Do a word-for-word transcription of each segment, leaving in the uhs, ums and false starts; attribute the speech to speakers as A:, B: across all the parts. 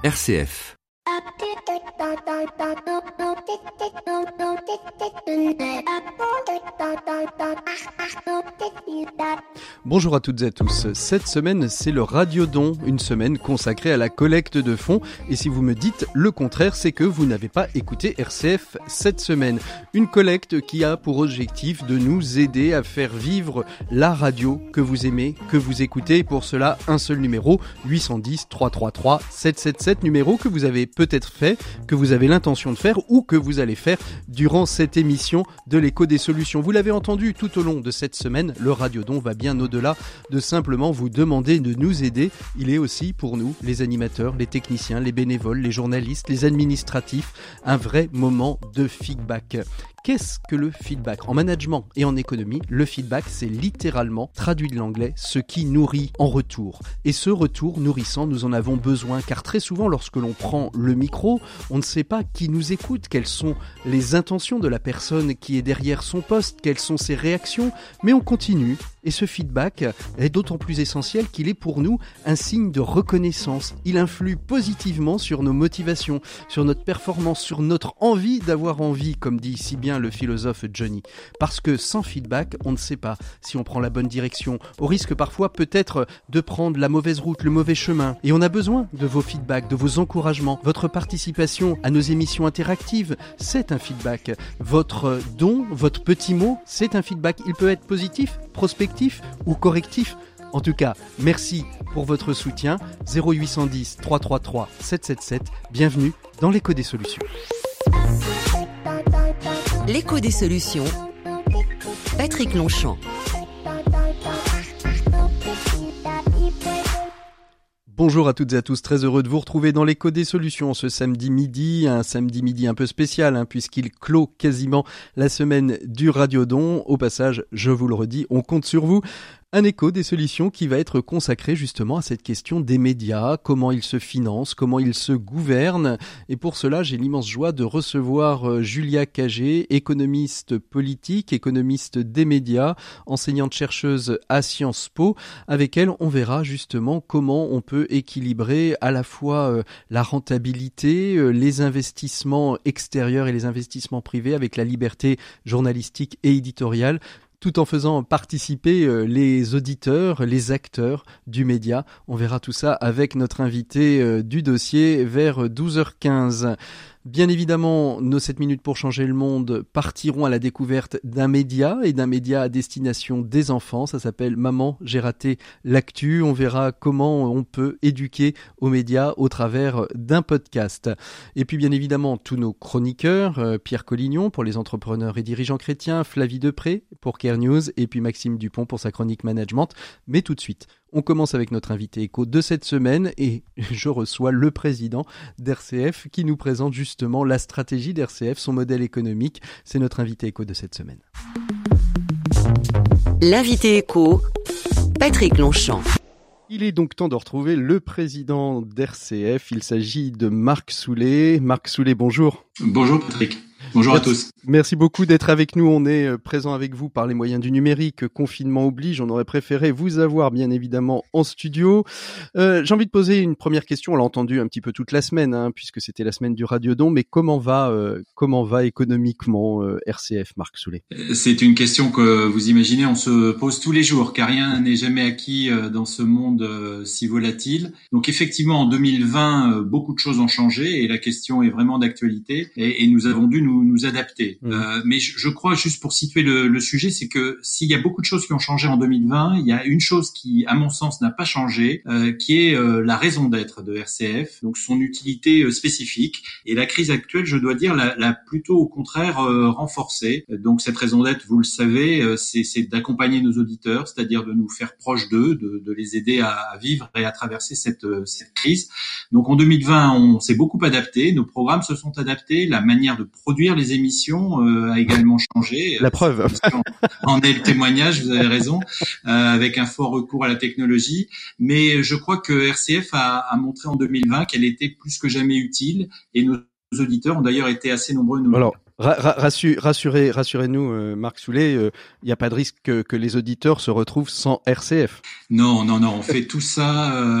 A: R C F.
B: Bonjour à toutes et à tous. Cette semaine, c'est le Radiodon, une semaine consacrée à la collecte de fonds. Et si vous me dites le contraire, c'est que vous n'avez pas écouté R C F cette semaine. Une collecte qui a pour objectif de nous aider à faire vivre la radio que vous aimez, que vous écoutez. Et pour cela, un seul numéro, huit cent dix, trois cent trente-trois, sept cent soixante-dix, numéro que vous avez peut-être fait, que vous avez l'intention de faire ou que vous allez faire durant cette émission de l'écho des solutions. Vous l'avez entendu tout au long de cette semaine, le Radiodon va bien au-delà de simplement vous demander de nous aider. Il est aussi pour nous, les animateurs, les techniciens, les bénévoles, les journalistes, les administratifs, un vrai moment de feedback. Qu'est-ce que le feedback ? En management et en économie, le feedback, c'est littéralement, traduit de l'anglais, ce qui nourrit en retour. Et ce retour nourrissant, nous en avons besoin, car très souvent, lorsque l'on prend le micro, on ne sait pas qui nous écoute, quelles sont les intentions de la personne qui est derrière son poste, quelles sont ses réactions, mais on continue. Et ce feedback est d'autant plus essentiel qu'il est pour nous un signe de reconnaissance. Il influe positivement sur nos motivations, sur notre performance, sur notre envie d'avoir envie, comme dit si bien le philosophe Johnny. Parce que sans feedback, on ne sait pas si on prend la bonne direction, au risque parfois peut-être de prendre la mauvaise route, le mauvais chemin. Et on a besoin de vos feedbacks, de vos encouragements. Votre participation à nos émissions interactives, c'est un feedback. Votre don, votre petit mot, c'est un feedback. Il peut être positif, prospectif ou correctif. En tout cas, merci pour votre soutien. zéro huit cent dix, trois cent trente-trois, sept cent soixante-dix. Bienvenue dans l'écho des solutions.
A: L'écho des solutions. Patrick Longchamp.
B: Bonjour à toutes et à tous, très heureux de vous retrouver dans l'écho des solutions ce samedi midi, un samedi midi un peu spécial hein, puisqu'il clôt quasiment la semaine du Radiodon. Au passage, je vous le redis, on compte sur vous. Un écho des solutions qui va être consacré justement à cette question des médias, comment ils se financent, comment ils se gouvernent. Et pour cela, j'ai l'immense joie de recevoir Julia Cagé, économiste politique, économiste des médias, enseignante-chercheuse à Sciences Po. Avec elle, on verra justement comment on peut équilibrer à la fois la rentabilité, les investissements extérieurs et les investissements privés avec la liberté journalistique et éditoriale, tout en faisant participer les auditeurs, les acteurs du média. On verra tout ça avec notre invité du dossier vers douze heures quinze. Bien évidemment, nos sept minutes pour changer le monde partiront à la découverte d'un média et d'un média à destination des enfants. Ça s'appelle Maman, j'ai raté l'actu. On verra comment on peut éduquer aux médias au travers d'un podcast. Et puis bien évidemment, tous nos chroniqueurs, euh, Pierre Collignon pour les entrepreneurs et dirigeants chrétiens, Flavie Depré pour Care News et puis Maxime Dupont pour sa chronique management. Mais tout de suite, on commence avec notre invité écho de cette semaine et je reçois le président d'R C F qui nous présente justement la stratégie d'R C F, son modèle économique. C'est notre invité écho de cette semaine.
A: L'invité écho, Patrick Longchamp.
B: Il est donc temps de retrouver le président d'R C F. Il s'agit de Marc Soulet. Marc Soulet, bonjour.
C: Bonjour Patrick. Bonjour
B: Merci,
C: à tous.
B: Merci beaucoup d'être avec nous. On est présent avec vous par les moyens du numérique. Confinement oblige. On aurait préféré vous avoir bien évidemment en studio. Euh, j'ai envie de poser une première question. On l'a entendu un petit peu toute la semaine, hein, puisque c'était la semaine du Radiodon. Mais comment va, euh, comment va économiquement euh, R C F, Marc Soulet ?
C: C'est une question que vous imaginez, on se pose tous les jours, car rien n'est jamais acquis dans ce monde si volatile. Donc effectivement, en deux mille vingt, beaucoup de choses ont changé et la question est vraiment d'actualité. Et, et nous avons dû nous nous adapter. Mmh. Euh, mais je, je crois, juste pour situer le, le sujet, c'est que s'il y a beaucoup de choses qui ont changé en deux mille vingt, il y a une chose qui, à mon sens, n'a pas changé, euh, qui est euh, la raison d'être de R C F, donc son utilité euh, spécifique. Et la crise actuelle, je dois dire, l'a, l'a plutôt au contraire euh, renforcée. Donc cette raison d'être, vous le savez, euh, c'est, c'est d'accompagner nos auditeurs, c'est-à-dire de nous faire proches d'eux, de, de les aider à, à vivre et à traverser cette, euh, cette crise. Donc en deux mille vingt, on s'est beaucoup adapté, nos programmes se sont adaptés, la manière de produire les émissions euh, a également changé.
B: La preuve.
C: En est le témoignage, vous avez raison, euh, avec un fort recours à la technologie. Mais je crois que R C F a, a montré en deux mille vingt qu'elle était plus que jamais utile et nos auditeurs ont d'ailleurs été assez nombreux. Nous
B: Alors, rassurez, rassurez, rassurez-nous, euh, Marc Soulet, il euh, n'y a pas de risque que, que les auditeurs se retrouvent sans R C F.
C: Non, non, non, on fait tout ça... Euh,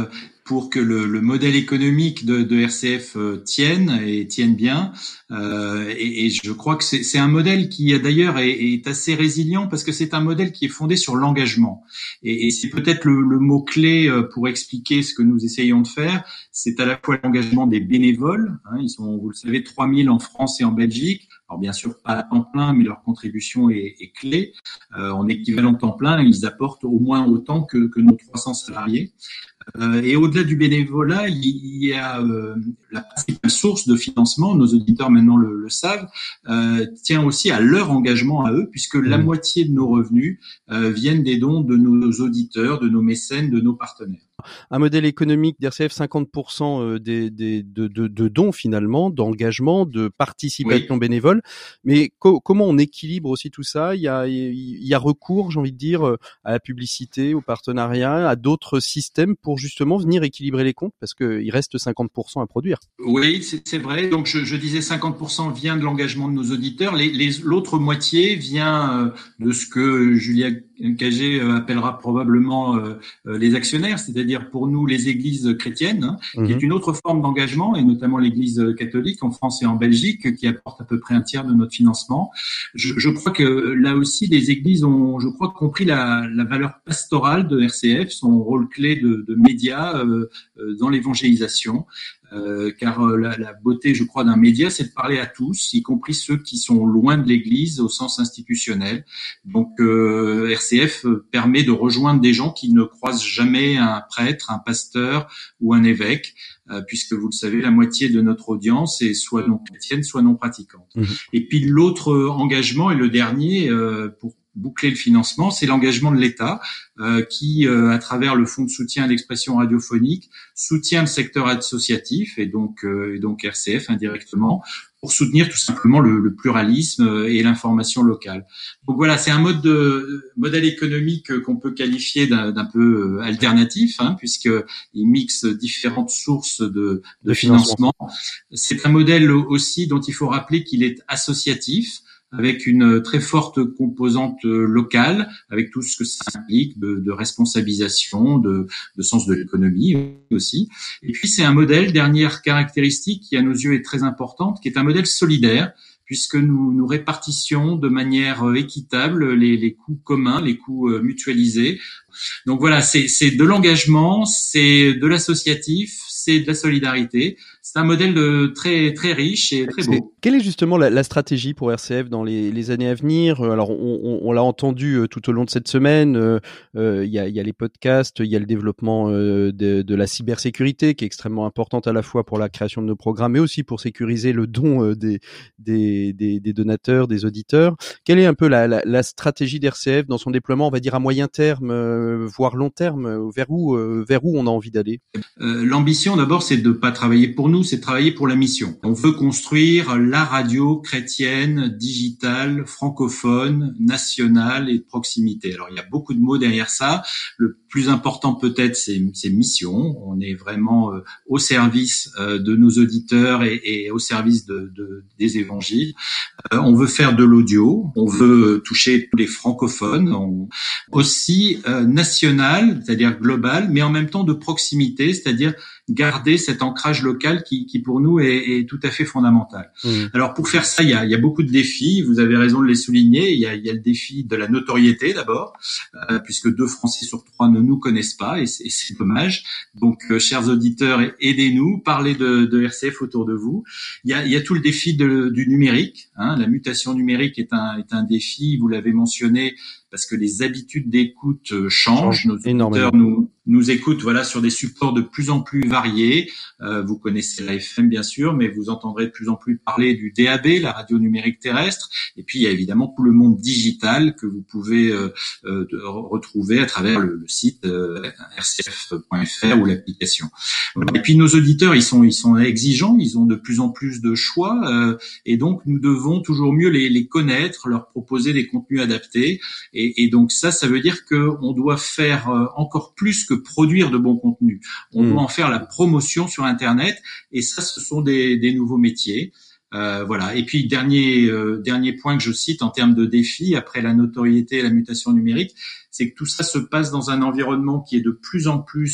C: pour que le, le modèle économique de, de R C F euh, tienne et tienne bien. Euh, et, et je crois que c'est, c'est un modèle qui d'ailleurs est, est assez résilient parce que c'est un modèle qui est fondé sur l'engagement. Et, et c'est peut-être le, le mot-clé pour expliquer ce que nous essayons de faire. C'est à la fois l'engagement des bénévoles. Hein, ils sont, vous le savez, trois mille en France et en Belgique. Alors bien sûr pas à temps plein, mais leur contribution est, est clé. Euh, en équivalent temps plein, ils apportent au moins autant que, que nos trois cents salariés. Euh, et au-delà du bénévolat, il, il y a euh, la principale source de financement, nos auditeurs maintenant le, le savent, euh, tient aussi à leur engagement à eux, puisque mmh. la moitié de nos revenus euh, viennent des dons de nos auditeurs, de nos mécènes, de nos partenaires.
B: Un modèle économique d'R C F, cinquante pour cent des, des, de, de, de dons finalement, d'engagement, de participation oui. bénévole. Mais co- comment on équilibre aussi tout ça ? Il y a, il y a recours, j'ai envie de dire, à la publicité, au partenariat, à d'autres systèmes pour justement venir équilibrer les comptes parce qu'il reste cinquante pour cent à produire.
C: Oui, c'est, c'est vrai. Donc je, je disais cinquante pour cent vient de l'engagement de nos auditeurs. Les, les, l'autre moitié vient de ce que Julia Cagé appellera probablement euh, les actionnaires, c'est-à-dire pour nous les églises chrétiennes, hein, mmh. qui est une autre forme d'engagement, et notamment l'église catholique en France et en Belgique, qui apporte à peu près un tiers de notre financement. Je, je crois que là aussi, les églises ont, je crois, compris la, la valeur pastorale de R C F, son rôle clé de, de média euh, dans l'évangélisation. Euh, car euh, la, la beauté, je crois, d'un média, c'est de parler à tous, y compris ceux qui sont loin de l'Église au sens institutionnel. Donc, euh, R C F permet de rejoindre des gens qui ne croisent jamais un prêtre, un pasteur ou un évêque, euh, puisque vous le savez, la moitié de notre audience est soit non chrétienne, soit non pratiquante. Mmh. Et puis l'autre engagement, et le dernier, euh, pour boucler le financement, c'est l'engagement de l'État euh, qui, euh, à travers le Fonds de soutien à l'expression radiophonique, soutient le secteur associatif et donc, euh, et donc R C F indirectement pour soutenir tout simplement le, le pluralisme et l'information locale. Donc voilà, c'est un mode de modèle économique qu'on peut qualifier d'un, d'un peu alternatif, hein, puisqu'il mixe différentes sources de, de, de financement. financement. C'est un modèle aussi dont il faut rappeler qu'il est associatif, avec une très forte composante locale, avec tout ce que ça implique de, de responsabilisation, de, de sens de l'économie aussi. Et puis c'est un modèle, dernière caractéristique qui à nos yeux est très importante, qui est un modèle solidaire, puisque nous nous répartissions de manière équitable les, les coûts communs, les coûts mutualisés. Donc voilà, c'est, c'est de l'engagement, c'est de l'associatif, c'est de la solidarité. C'est un modèle de très très riche et très beau.
B: Quelle est justement la, la stratégie pour R C F dans les, les années à venir ? Alors, on, on, on l'a entendu tout au long de cette semaine. Euh, euh, il y a, il y a les podcasts, il y a le développement euh, de, de la cybersécurité qui est extrêmement importante à la fois pour la création de nos programmes, mais aussi pour sécuriser le don euh, des, des, des, des donateurs, des auditeurs. Quelle est un peu la, la, la stratégie d'R C F dans son déploiement, on va dire à moyen terme, euh, voire long terme ? Vers où, euh, vers où on a envie d'aller ?
C: euh, L'ambition, d'abord, c'est de pas travailler pour nous, c'est de travailler pour la mission. On veut construire la radio chrétienne, digitale, francophone, nationale et de proximité. Alors, il y a beaucoup de mots derrière ça. Le plus important peut-être, c'est, c'est mission. On est vraiment euh, au service euh, de nos auditeurs et, et au service de, de, des évangiles. Euh, on veut faire de l'audio. On veut toucher tous les francophones. On, aussi euh, national, c'est-à-dire global, mais en même temps de proximité, c'est-à-dire garder cet ancrage local qui, qui pour nous est, est tout à fait fondamental. Mmh. Alors pour faire ça, il y a, il y a beaucoup de défis. Vous avez raison de les souligner. Il y a, il y a le défi de la notoriété d'abord, euh, puisque deux Français sur trois ne nous connaissent pas et c'est, et c'est dommage. Donc, euh, chers auditeurs, aidez-nous, parlez de, de R C F autour de vous. Il y a, il y a tout le défi de, du numérique. Hein. La mutation numérique est un, est un défi. Vous l'avez mentionné. Parce que les habitudes d'écoute changent. Nos auditeurs nous, nous écoutent, voilà, sur des supports de plus en plus variés. Euh, vous connaissez la F M, bien sûr, mais vous entendrez de plus en plus parler du D A B, la radio numérique terrestre. Et puis, il y a évidemment tout le monde digital que vous pouvez euh, euh, retrouver à travers le, le site euh, r c f point f r ou l'application. Et puis, nos auditeurs, ils sont, ils sont exigeants. Ils ont de plus en plus de choix. Euh, et donc, nous devons toujours mieux les, les connaître, leur proposer des contenus adaptés. Et Et, et donc ça, ça veut dire qu'on doit faire encore plus que produire de bons contenus. On mmh. doit en faire la promotion sur Internet. Et ça, ce sont des, des nouveaux métiers. Euh, voilà. Et puis dernier euh, dernier point que je cite en termes de défis après la notoriété et la mutation numérique, c'est que tout ça se passe dans un environnement qui est de plus en plus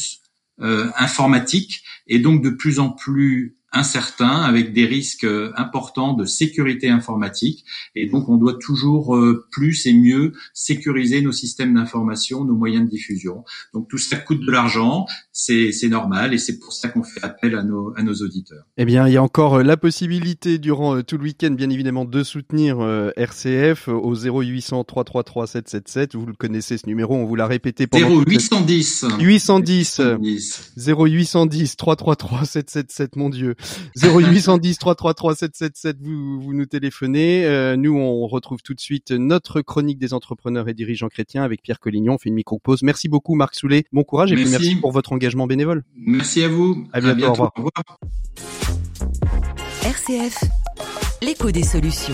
C: euh, informatique et donc de plus en plus incertain, avec des risques importants de sécurité informatique. Et donc, on doit toujours euh, plus et mieux sécuriser nos systèmes d'information, nos moyens de diffusion. Donc, tout ça coûte de l'argent, c'est, c'est normal, et c'est pour ça qu'on fait appel à nos, à nos auditeurs.
B: Eh bien, il y a encore la possibilité durant euh, tout le week-end, bien évidemment, de soutenir euh, R C F au zéro huit cents trois trois trois sept sept sept. Vous le connaissez, ce numéro, on vous l'a répété pendant...
C: zéro huit cent dix
B: huit cent dix zéro huit cent dix trois trois trois sept sept sept, mon Dieu. zéro huit cent dix trois trois trois sept sept sept, vous, vous nous téléphonez. Euh, nous, on retrouve tout de suite notre chronique des entrepreneurs et dirigeants chrétiens avec Pierre Collignon. On fait une micro-pause. Merci beaucoup, Marc Soulet. Bon courage et
C: merci.
B: puis merci pour votre engagement bénévole.
C: Merci à vous.
B: À bientôt, à bientôt. Au revoir.
C: Au revoir.
A: R C F, l'écho des solutions.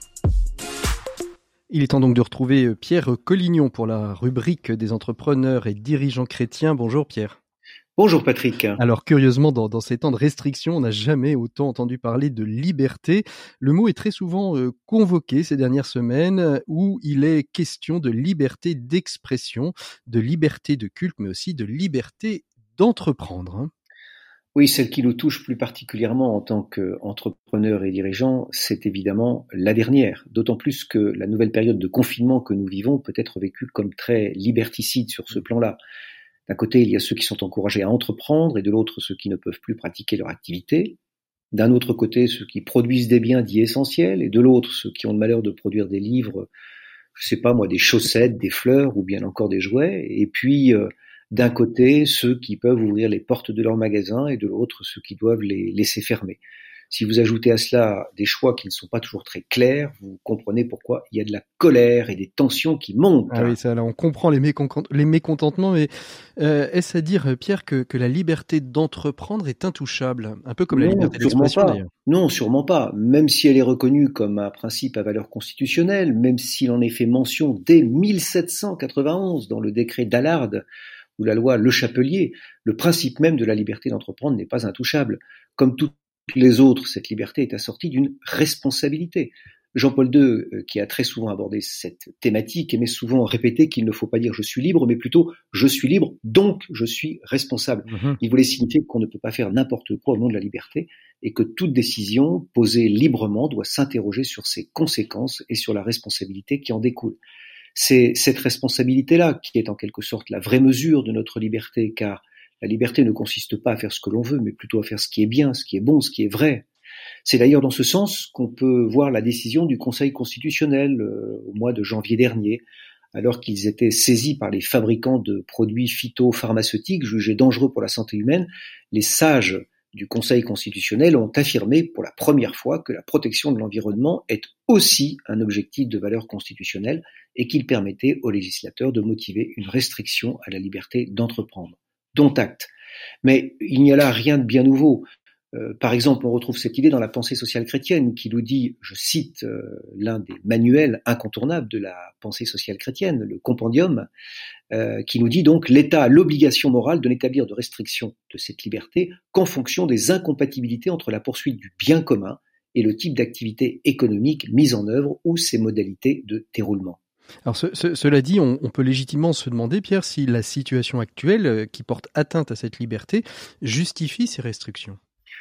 B: Il est temps donc de retrouver Pierre Collignon pour la rubrique des entrepreneurs et dirigeants chrétiens. Bonjour Pierre.
D: Bonjour Patrick.
B: Alors curieusement, dans, dans ces temps de restriction, on n'a jamais autant entendu parler de liberté. Le mot est très souvent euh, convoqué ces dernières semaines, où il est question de liberté d'expression, de liberté de culte, mais aussi de liberté d'entreprendre. Hein.
D: Oui, celle qui nous touche plus particulièrement en tant qu'entrepreneurs et dirigeants, c'est évidemment la dernière. D'autant plus que la nouvelle période de confinement que nous vivons peut être vécue comme très liberticide sur ce plan-là. D'un côté, il y a ceux qui sont encouragés à entreprendre et de l'autre, ceux qui ne peuvent plus pratiquer leur activité. D'un autre côté, ceux qui produisent des biens dits essentiels et de l'autre, ceux qui ont le malheur de produire des livres, je sais pas moi, des chaussettes, des fleurs ou bien encore des jouets. Et puis, euh, d'un côté, ceux qui peuvent ouvrir les portes de leur magasin et de l'autre, ceux qui doivent les laisser fermer. Si vous ajoutez à cela des choix qui ne sont pas toujours très clairs, vous comprenez pourquoi il y a de la colère et des tensions qui montent.
B: Ah oui, ça, là, on comprend les, méconcont- les mécontentements, mais euh, est-ce à dire, Pierre, que, que la liberté d'entreprendre est intouchable, un peu comme
D: non,
B: la liberté d'expression
D: pas.
B: d'ailleurs?
D: Non, sûrement pas. Même si elle est reconnue comme un principe à valeur constitutionnelle, même s'il en est fait mention dès mille sept cent quatre-vingt-onze dans le décret d'Allard ou la loi Le Chapelier, le principe même de la liberté d'entreprendre n'est pas intouchable. Comme toutes les autres, cette liberté est assortie d'une responsabilité. Jean-Paul deux, qui a très souvent abordé cette thématique, aimait souvent répéter qu'il ne faut pas dire « je suis libre », mais plutôt « je suis libre, donc je suis responsable mmh. ». Il voulait signifier qu'on ne peut pas faire n'importe quoi au nom de la liberté et que toute décision posée librement doit s'interroger sur ses conséquences et sur la responsabilité qui en découle. C'est cette responsabilité-là qui est en quelque sorte la vraie mesure de notre liberté, car la liberté ne consiste pas à faire ce que l'on veut, mais plutôt à faire ce qui est bien, ce qui est bon, ce qui est vrai. C'est d'ailleurs dans ce sens qu'on peut voir la décision du Conseil constitutionnel euh, au mois de janvier dernier, alors qu'ils étaient saisis par les fabricants de produits phytopharmaceutiques jugés dangereux pour la santé humaine. Les sages du Conseil constitutionnel ont affirmé pour la première fois que la protection de l'environnement est aussi un objectif de valeur constitutionnelle et qu'il permettait aux législateurs de motiver une restriction à la liberté d'entreprendre. Dont acte. Mais il n'y a là rien de bien nouveau. Euh, par exemple, on retrouve cette idée dans la pensée sociale chrétienne qui nous dit, je cite euh, l'un des manuels incontournables de la pensée sociale chrétienne, le Compendium, euh, qui nous dit donc l'État a l'obligation morale de n'établir de restriction de cette liberté qu'en fonction des incompatibilités entre la poursuite du bien commun et le type d'activité économique mise en œuvre ou ses modalités de déroulement.
B: Alors ce, ce, cela dit, on, on peut légitimement se demander, Pierre, si la situation actuelle euh, qui porte atteinte à cette liberté justifie ces restrictions.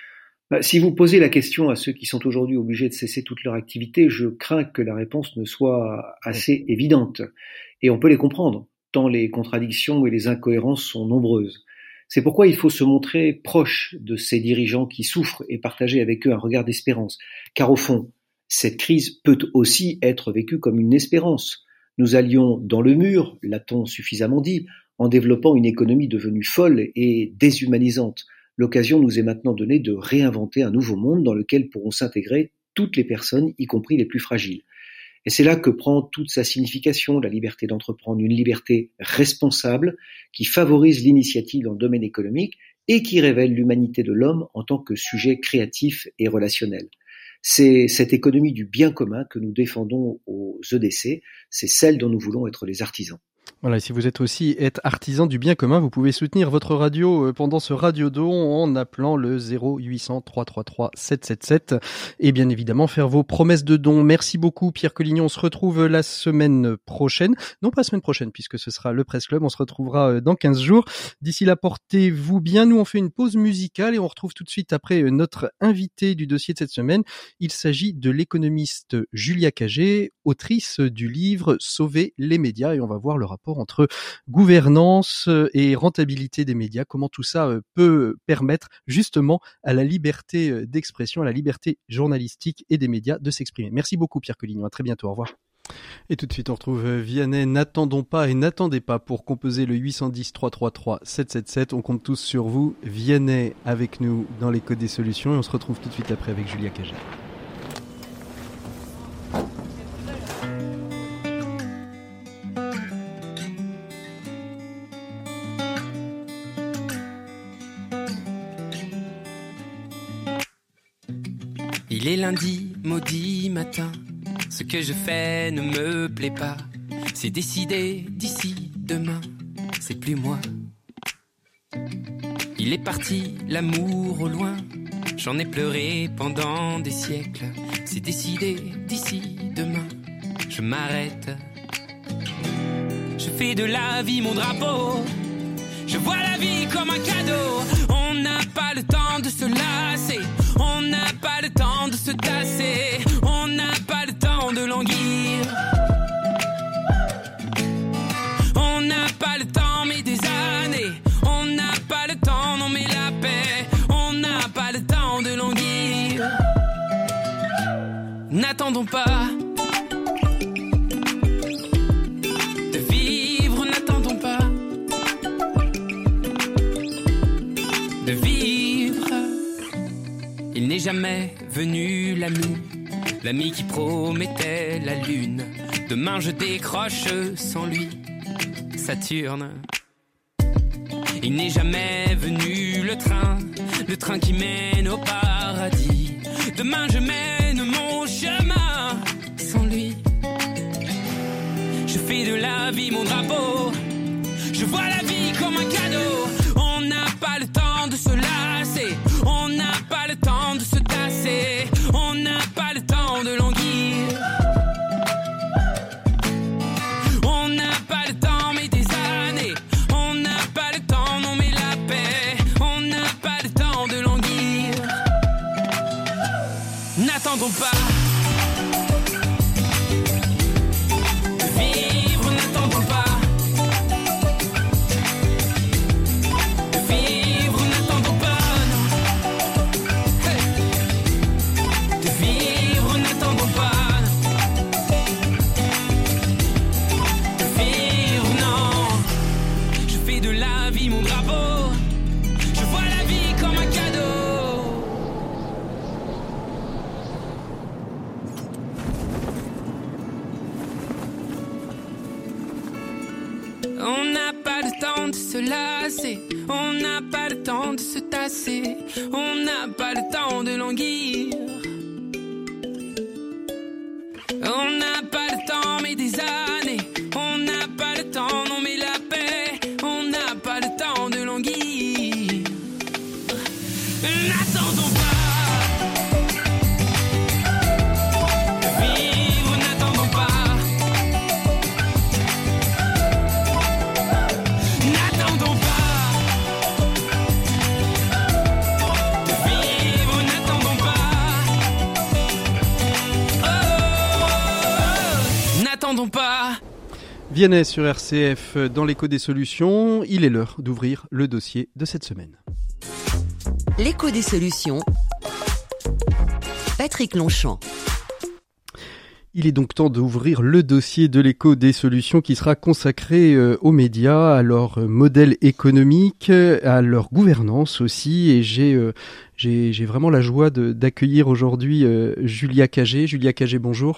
D: Si vous posez la question à ceux qui sont aujourd'hui obligés de cesser toute leur activité, je crains que la réponse ne soit assez évidente. Et on peut les comprendre, tant les contradictions et les incohérences sont nombreuses. C'est pourquoi il faut se montrer proche de ces dirigeants qui souffrent et partager avec eux un regard d'espérance. Car au fond, cette crise peut aussi être vécue comme une espérance. Nous allions dans le mur, l'a-t-on suffisamment dit, en développant une économie devenue folle et déshumanisante. L'occasion nous est maintenant donnée de réinventer un nouveau monde dans lequel pourront s'intégrer toutes les personnes, y compris les plus fragiles. Et c'est là que prend toute sa signification la liberté d'entreprendre, une liberté responsable qui favorise l'initiative dans le domaine économique et qui révèle l'humanité de l'homme en tant que sujet créatif et relationnel. C'est cette économie du bien commun que nous défendons aux E D C, c'est celle dont nous voulons être les artisans.
B: Voilà, et si vous êtes aussi être artisan du bien commun, vous pouvez soutenir votre radio pendant ce radiodon en appelant le zéro huit cents trois trois trois sept sept sept et bien évidemment faire vos promesses de dons. Merci beaucoup Pierre Collignon, on se retrouve la semaine prochaine, non pas la semaine prochaine puisque ce sera le Presse Club, on se retrouvera dans quinze jours. D'ici là, portez-vous bien, nous on fait une pause musicale et on retrouve tout de suite après notre invité du dossier de cette semaine. Il s'agit de l'économiste Julia Cagé, autrice du livre Sauver les médias, et on va voir le rapport entre gouvernance et rentabilité des médias, comment tout ça peut permettre justement à la liberté d'expression, à la liberté journalistique et des médias de s'exprimer. Merci beaucoup Pierre Collignon, à très bientôt, au revoir. Et tout de suite on retrouve Vianney, n'attendons pas et n'attendez pas pour composer le huit cent dix trois trois trois sept sept sept, on compte tous sur vous. Vianney avec nous dans l'écho des solutions et on se retrouve tout de suite après avec Julia Cagé.
E: Il est lundi, maudit matin, ce que je fais ne me plaît pas. C'est décidé d'ici demain, c'est plus moi. Il est parti, l'amour au loin, j'en ai pleuré pendant des siècles. C'est décidé d'ici demain, je m'arrête. Je fais de la vie mon drapeau, je vois la vie comme un cadeau. On n'a pas le temps de se lasser, on n'a pas le temps de se tasser, on n'a pas le temps de languir. On n'a pas le temps mais des années, on n'a pas le temps, non mais la paix, on n'a pas le temps de languir. N'attendons pas de vivre, n'attendons pas de vivre. Il n'est jamais venu l'ami, l'ami qui promettait la lune. Demain je décroche sans lui, Saturne. Il n'est jamais venu le train, le train qui mène au paradis. Demain je mène mon chemin sans lui. Je fais de la vie mon drapeau, je vois la vie comme un cadeau. On n'a pas le temps de se lasser, on n'a pas le temps de se tasser, on n'a pas le temps de languir. On n'a pas le temps mais des années, on n'a pas le temps, non mais la paix, on n'a pas le temps de languir. N'attendons pas de vivre, n'attendons pas de vivre, n'attendons pas, non. Hey. De vivre, n'attendons pas de vivre, non. Je fais de la vie mon drapeau, je vois la vie comme un cadeau. On n'a pas le temps de se lasser, on n'a pas le temps de se tasser, on n'a pas le temps de languir. On n'a pas le temps mais des années, on n'a pas le temps, non mais la paix, on n'a pas le temps de languir. N'attendons pas de vivre, n'attendons pas. N'attendons pas de vivre, n'attendons pas. Oh, n'attendons pas.
B: Vianney sur R C F dans l'écho des solutions, il est l'heure d'ouvrir le dossier de cette semaine.
A: L'écho des solutions. Patrick Longchamp.
B: Il est donc temps d'ouvrir le dossier de l'écho des solutions qui sera consacré euh, aux médias, à leur euh, modèle économique, à leur gouvernance aussi. Et j'ai, euh, j'ai, j'ai vraiment la joie de, d'accueillir aujourd'hui euh, Julia Cagé. Julia Cagé, bonjour.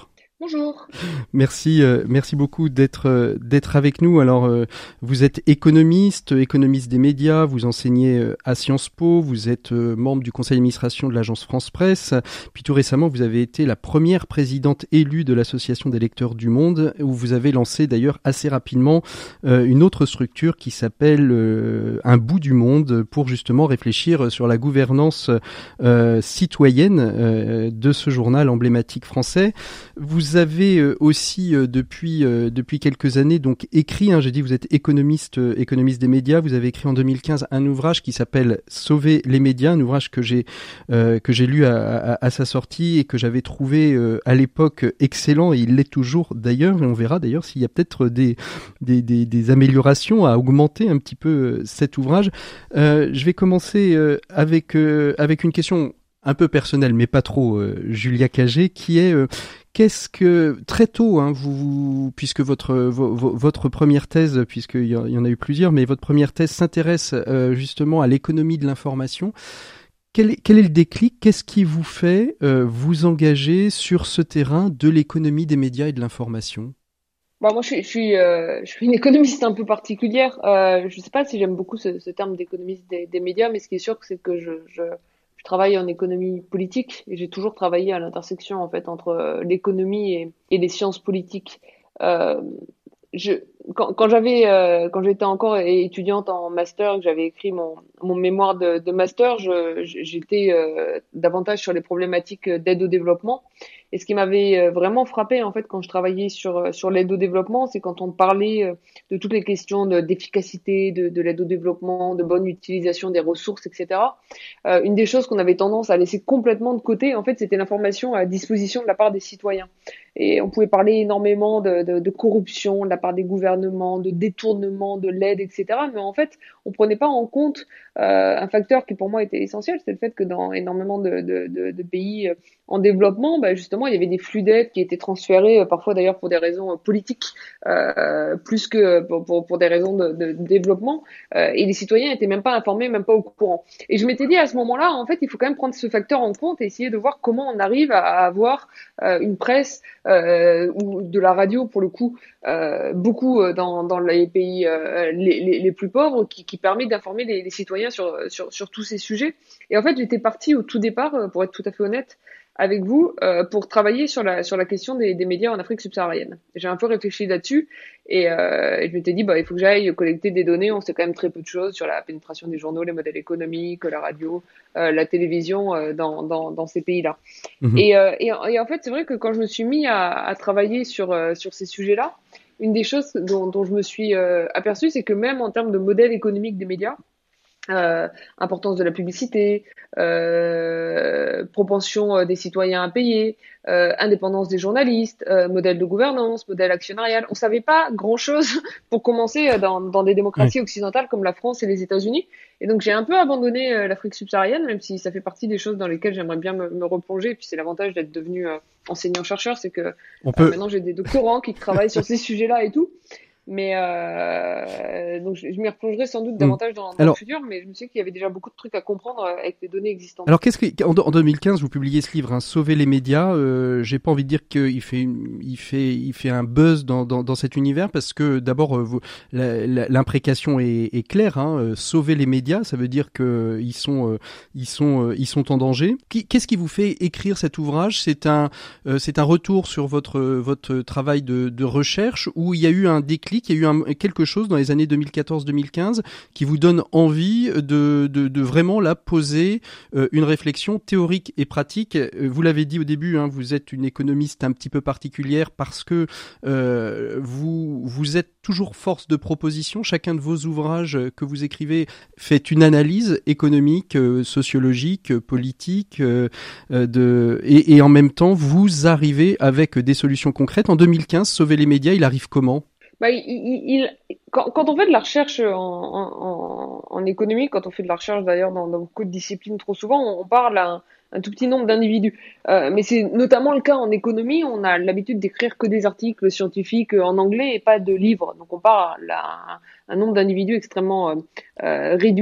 F: Bonjour.
B: Merci, euh, merci beaucoup d'être euh, d'être avec nous. Alors, euh, vous êtes économiste, économiste des médias, vous enseignez euh, à Sciences Po, vous êtes euh, membre du conseil d'administration de l'agence France Presse. Puis tout récemment, vous avez été la première présidente élue de l'association des lecteurs du Monde, où vous avez lancé d'ailleurs assez rapidement euh, une autre structure qui s'appelle euh, Un bout du monde, pour justement réfléchir sur la gouvernance euh, citoyenne euh, de ce journal emblématique français. Vous avez euh, aussi euh, depuis euh, depuis quelques années donc écrit, hein, j'ai dit vous êtes économiste euh, économiste des médias, vous avez écrit en deux mille quinze un ouvrage qui s'appelle Sauver les médias, un ouvrage que j'ai euh, que j'ai lu à, à, à sa sortie et que j'avais trouvé euh, à l'époque excellent, et il l'est toujours d'ailleurs, et on verra d'ailleurs s'il y a peut-être des des des, des améliorations à augmenter un petit peu euh, cet ouvrage. Euh, je vais commencer euh, avec euh, avec une question un peu personnelle, mais pas trop, euh, Julia Cagé, qui est euh, qu'est-ce que très tôt, hein, vous, puisque votre vo, votre première thèse, puisqu'il y, y en a eu plusieurs, mais votre première thèse s'intéresse euh, justement à l'économie de l'information. Quel est, quel est le déclic? Qu'est-ce qui vous fait euh, vous engager sur ce terrain de l'économie des médias et de l'information?
F: Bon, moi, je suis, je suis, euh, je suis une économiste un peu particulière. Euh, je ne sais pas si j'aime beaucoup ce, ce terme d'économiste des, des médias, mais ce qui est sûr, c'est que je, je Je travaille en économie politique et j'ai toujours travaillé à l'intersection en fait entre l'économie et, et les sciences politiques. Euh, je, quand, quand j'avais, euh, quand j'étais encore étudiante en master, que j'avais écrit mon, mon mémoire de, de master, je, j'étais euh, davantage sur les problématiques d'aide au développement. Et ce qui m'avait vraiment frappé en fait quand je travaillais sur sur l'aide au développement, c'est quand on parlait de toutes les questions de, d'efficacité de, de l'aide au développement, de bonne utilisation des ressources, et cetera. Euh, une des choses qu'on avait tendance à laisser complètement de côté, en fait, c'était l'information à disposition de la part des citoyens. Et on pouvait parler énormément de, de, de corruption de la part des gouvernements, de détournement de l'aide, et cetera. Mais en fait, on prenait pas en compte euh, un facteur qui pour moi était essentiel, c'est le fait que dans énormément de, de, de, de pays en développement, bah justement, il y avait des flux d'aide qui étaient transférés, euh, parfois d'ailleurs pour des raisons euh, politiques, euh, plus que pour, pour, pour des raisons de, de, de développement, euh, et les citoyens étaient même pas informés, même pas au courant. Et je m'étais dit à ce moment-là, en fait, il faut quand même prendre ce facteur en compte et essayer de voir comment on arrive à, à avoir euh, une presse euh, ou de la radio, pour le coup, euh, beaucoup dans, dans les pays euh, les, les, les plus pauvres, qui, qui permet d'informer les, les citoyens sur, sur, sur tous ces sujets. Et en fait, j'étais partie au tout départ, pour être tout à fait honnête, avec vous euh, pour travailler sur la sur la question des, des médias en Afrique subsaharienne. J'ai un peu réfléchi là-dessus et, euh, et je m'étais dit bah il faut que j'aille collecter des données. On sait quand même très peu de choses sur la pénétration des journaux, les modèles économiques, la radio, euh, la télévision euh, dans, dans dans ces pays-là. Mmh. Et, euh, et et en fait c'est vrai que quand je me suis mis à, à travailler sur euh, sur ces sujets-là, une des choses dont, dont je me suis euh, aperçue, c'est que même en termes de modèle économique des médias, Euh, importance de la publicité, euh, propension des citoyens à payer, euh, indépendance des journalistes, euh, modèle de gouvernance, modèle actionnarial. On savait pas grand-chose pour commencer dans, dans des démocraties oui. occidentales comme la France et les États-Unis. Et donc j'ai un peu abandonné euh, l'Afrique subsaharienne, même si ça fait partie des choses dans lesquelles j'aimerais bien me, me replonger. Et puis c'est l'avantage d'être devenu euh, enseignant-chercheur, c'est que
B: On peut...
F: euh, maintenant j'ai des doctorants qui travaillent sur ces sujets-là et tout. Mais euh, donc je, je m'y replongerai sans doute davantage dans, dans Alors, le futur, mais je me suis dit qu'il y avait déjà beaucoup de trucs à comprendre avec les données existantes.
B: Alors qu'est-ce que en, en deux mille quinze vous publiez ce livre, hein, Sauver les médias. Euh, j'ai pas envie de dire qu'il fait une, il fait il fait un buzz dans dans, dans cet univers parce que d'abord vous, la, la, l'imprécation est, est claire. Hein, sauver les médias, ça veut dire que ils sont euh, ils sont euh, ils sont en danger. Qu'est-ce qui vous fait écrire cet ouvrage? C'est un euh, c'est un retour sur votre votre travail de, de recherche où il y a eu un déclic. Il y a eu un, quelque chose dans les années deux mille quatorze deux mille quinze qui vous donne envie de, de, de vraiment là poser euh, une réflexion théorique et pratique. Vous l'avez dit au début, hein, vous êtes une économiste un petit peu particulière parce que euh, vous, vous êtes toujours force de proposition. Chacun de vos ouvrages que vous écrivez fait une analyse économique, euh, sociologique, euh, politique, euh, de, et, et en même temps, vous arrivez avec des solutions concrètes. En deux mille quinze, Sauver les médias, il arrive comment ?
F: Bah, il, il, quand, quand on fait de la recherche en, en, en économie, quand on fait de la recherche d'ailleurs dans, dans beaucoup de disciplines, trop souvent on, on parle à un, un tout petit nombre d'individus. Euh, mais c'est notamment le cas en économie, on a l'habitude d'écrire que des articles scientifiques en anglais et pas de livres. Donc on parle à un nombre d'individus extrêmement euh, réduit.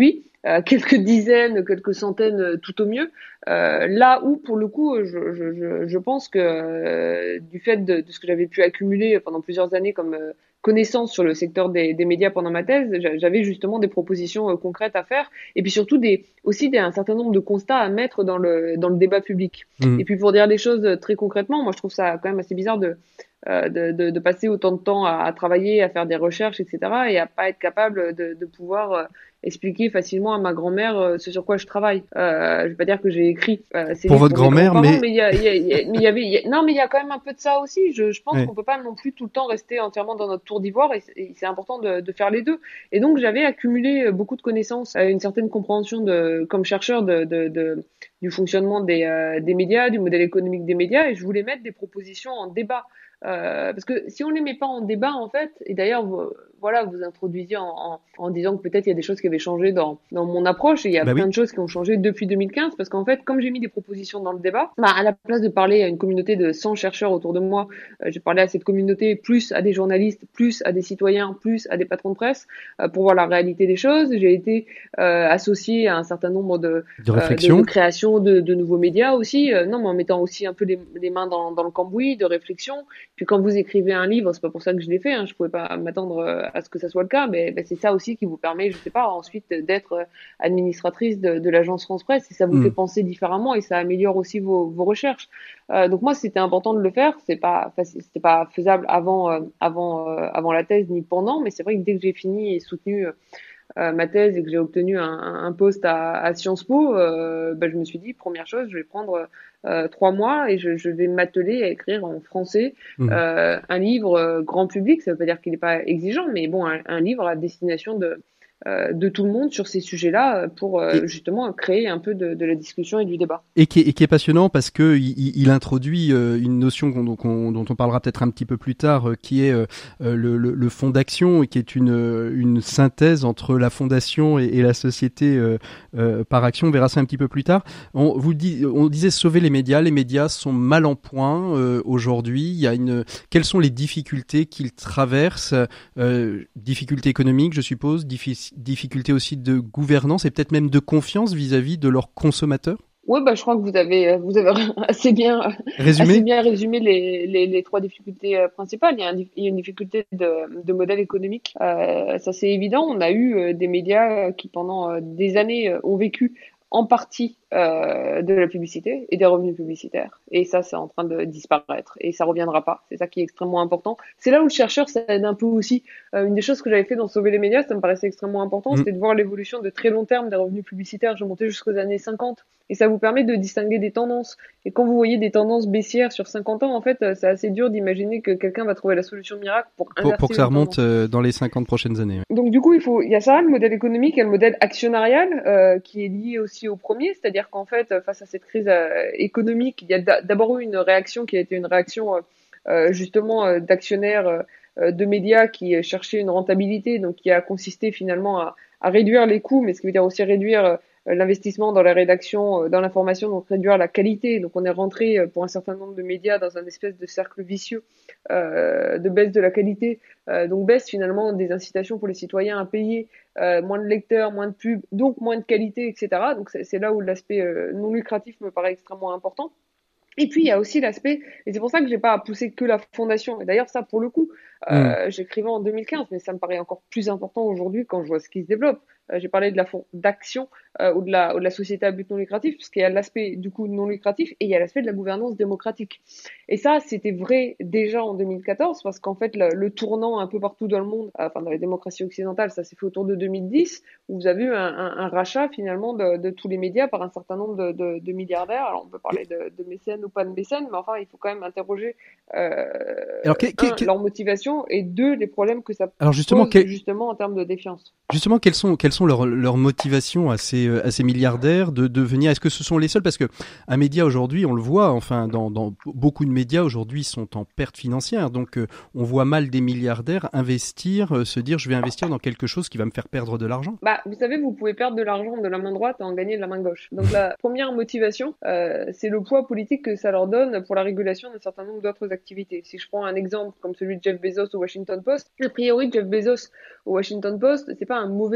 F: euh, quelques dizaines, quelques centaines, tout au mieux. Euh, là où, pour le coup, je, je, je, je pense que euh, du fait de, de ce que j'avais pu accumuler pendant plusieurs années comme euh, connaissances sur le secteur des, des médias pendant ma thèse, j'avais justement des propositions euh, concrètes à faire, et puis surtout des, aussi des, un certain nombre de constats à mettre dans le, dans le débat public. Mmh. Et puis pour dire les choses très concrètement, moi je trouve ça quand même assez bizarre de, euh, de, de, de passer autant de temps à, à travailler, à faire des recherches, et cetera, et à pas être capable de, de pouvoir euh, expliquer facilement à ma grand-mère euh, ce sur quoi je travaille. Euh, je vais pas dire que j'ai écrit euh,
B: pour votre pour grand-mère, mais
F: mais il y a, il y a, il y a, mais il y avait, il y a, non, mais il y a quand même un peu de ça aussi. Je, je pense ouais. qu'on peut pas non plus tout le temps rester entièrement dans notre tour d'ivoire, et, et c'est important de, de faire les deux. Et donc j'avais accumulé beaucoup de connaissances, une certaine compréhension de, comme chercheur de, de, de du fonctionnement des, euh, des médias, du modèle économique des médias, et je voulais mettre des propositions en débat. Euh, parce que si on les met pas en débat, en fait, et d'ailleurs, vous, voilà, vous introduisiez en, en, en disant que peut-être il y a des choses qui avaient changé dans, dans mon approche, et il y a bah plein oui. de choses qui ont changé depuis deux mille quinze, parce qu'en fait, comme j'ai mis des propositions dans le débat, bah, à la place de parler à une communauté de cent chercheurs autour de moi, euh, j'ai parlé à cette communauté, plus à des journalistes, plus à des citoyens, plus à des patrons de presse, euh, pour voir la réalité des choses. J'ai été euh, associé à un certain nombre de,
B: de, euh,
F: de, de créations de, de nouveaux médias aussi, euh, non, mais en mettant aussi un peu les, les mains dans, dans le cambouis, de réflexion. Puis quand vous écrivez un livre, c'est pas pour ça que je l'ai fait, hein, je pouvais pas m'attendre à ce que ça soit le cas, mais ben, c'est ça aussi qui vous permet, je sais pas, ensuite d'être administratrice de, de l'agence France Presse, et ça vous mmh. fait penser différemment, et ça améliore aussi vos, vos recherches. Euh, donc moi, c'était important de le faire. C'est pas, c'était pas faisable avant, euh, avant, euh, avant la thèse ni pendant, mais c'est vrai que dès que j'ai fini et soutenu Euh, ma thèse et que j'ai obtenu un, un poste à, à Sciences Po, euh, bah, je me suis dit, première chose, je vais prendre euh, trois mois et je, je vais m'atteler à écrire en français mmh. euh, un livre euh, grand public. Ça veut pas dire qu'il n'est pas exigeant, mais bon, un, un livre à destination de euh, de tout le monde sur ces sujets-là pour euh, et, justement créer un peu de, de la discussion et du débat.
B: Et qui est, et qui est passionnant parce que il, il introduit euh, une notion qu'on, qu'on, dont on parlera peut-être un petit peu plus tard, euh, qui est euh, le, le, le fonds d'action, et qui est une, une synthèse entre la fondation et, et la société euh, euh, par action. On verra ça un petit peu plus tard. On, vous dit, on disait sauver les médias. Les médias sont mal en point euh, aujourd'hui. Il y a une. Quelles sont les difficultés qu'ils traversent euh, Difficultés économiques, je suppose. Difficultés difficultés aussi de gouvernance et peut-être même de confiance vis-à-vis de leurs consommateurs?
F: Oui, bah, je crois que vous avez, vous avez assez bien résumé, assez bien résumé les, les, les trois difficultés principales. Il y a, un, il y a une difficulté de, de modèle économique. Euh, ça, c'est évident. On a eu des médias qui, pendant des années, ont vécu en partie euh, de la publicité et des revenus publicitaires. Et ça, c'est en train de disparaître. Et ça reviendra pas. C'est ça qui est extrêmement important. C'est là où le chercheur, ça aide un peu aussi. Euh, une des choses que j'avais fait dans Sauver les médias, ça me paraissait extrêmement important, mmh. c'était de voir l'évolution de très long terme des revenus publicitaires. Je montais jusqu'aux années cinquante. Et ça vous permet de distinguer des tendances. Et quand vous voyez des tendances baissières sur cinquante ans, en fait, c'est assez dur d'imaginer que quelqu'un va trouver la solution miracle pour inverser
B: Pour, pour que ça remonte euh, dans les cinquante prochaines années. Ouais.
F: Donc, du coup, il faut, il y a ça, le modèle économique et le modèle actionnarial, euh, qui est lié aussi au premier. C'est-à-dire qu'en fait, face à cette crise euh, économique, il y a d'abord eu une réaction qui a été une réaction, euh, justement, euh, d'actionnaires euh, de médias qui cherchaient une rentabilité, donc qui a consisté finalement à, à réduire les coûts, mais ce qui veut dire aussi réduire euh, l'investissement dans la rédaction, dans l'information, donc réduire la qualité. Donc on est rentré pour un certain nombre de médias dans un espèce de cercle vicieux euh, de baisse de la qualité, euh, donc baisse finalement des incitations pour les citoyens à payer, euh, moins de lecteurs, moins de pubs, donc moins de qualité, et cetera. Donc c'est, c'est là où l'aspect euh, non lucratif me paraît extrêmement important. Et puis il y a aussi l'aspect, et c'est pour ça que j'ai pas poussé que la fondation. Et d'ailleurs ça, pour le coup, euh, mmh. j'écrivais en deux mille quinze, mais ça me paraît encore plus important aujourd'hui quand je vois ce qui se développe. Euh, j'ai parlé de la fond d'action euh, ou de la ou de la société à but non lucratif, parce qu'il y a l'aspect du coup non lucratif et il y a l'aspect de la gouvernance démocratique. Et ça, c'était vrai déjà en deux mille quatorze, parce qu'en fait le, le tournant un peu partout dans le monde, euh, enfin dans les démocraties occidentales, ça s'est fait autour de deux mille dix, où vous avez eu un, un, un rachat finalement de, de tous les médias par un certain nombre de, de, de milliardaires. Alors on peut parler de, de mécènes ou pas de mécènes, mais enfin il faut quand même interroger euh, Alors, que, un, que, leur motivation, et deux, les problèmes que ça
B: Alors justement,
F: pose
B: que...
F: justement en termes de défiance.
B: Justement, quelles sont quelles sont leurs leurs motivations à ces à ces milliardaires de devenir? Est-ce que ce sont les seuls? Parce que un média aujourd'hui, on le voit, enfin dans dans beaucoup de médias aujourd'hui sont en perte financière, donc euh, on voit mal des milliardaires investir, euh, se dire je vais investir dans quelque chose qui va me faire perdre de l'argent.
F: Bah, vous savez, vous pouvez perdre de l'argent de la main droite et en gagner de la main gauche. Donc la première motivation, euh, c'est le poids politique que ça leur donne pour la régulation d'un certain nombre d'autres activités. Si je prends un exemple comme celui de Jeff Bezos au Washington Post, a priori Jeff Bezos au Washington Post, c'est pas un mauvais actionnaire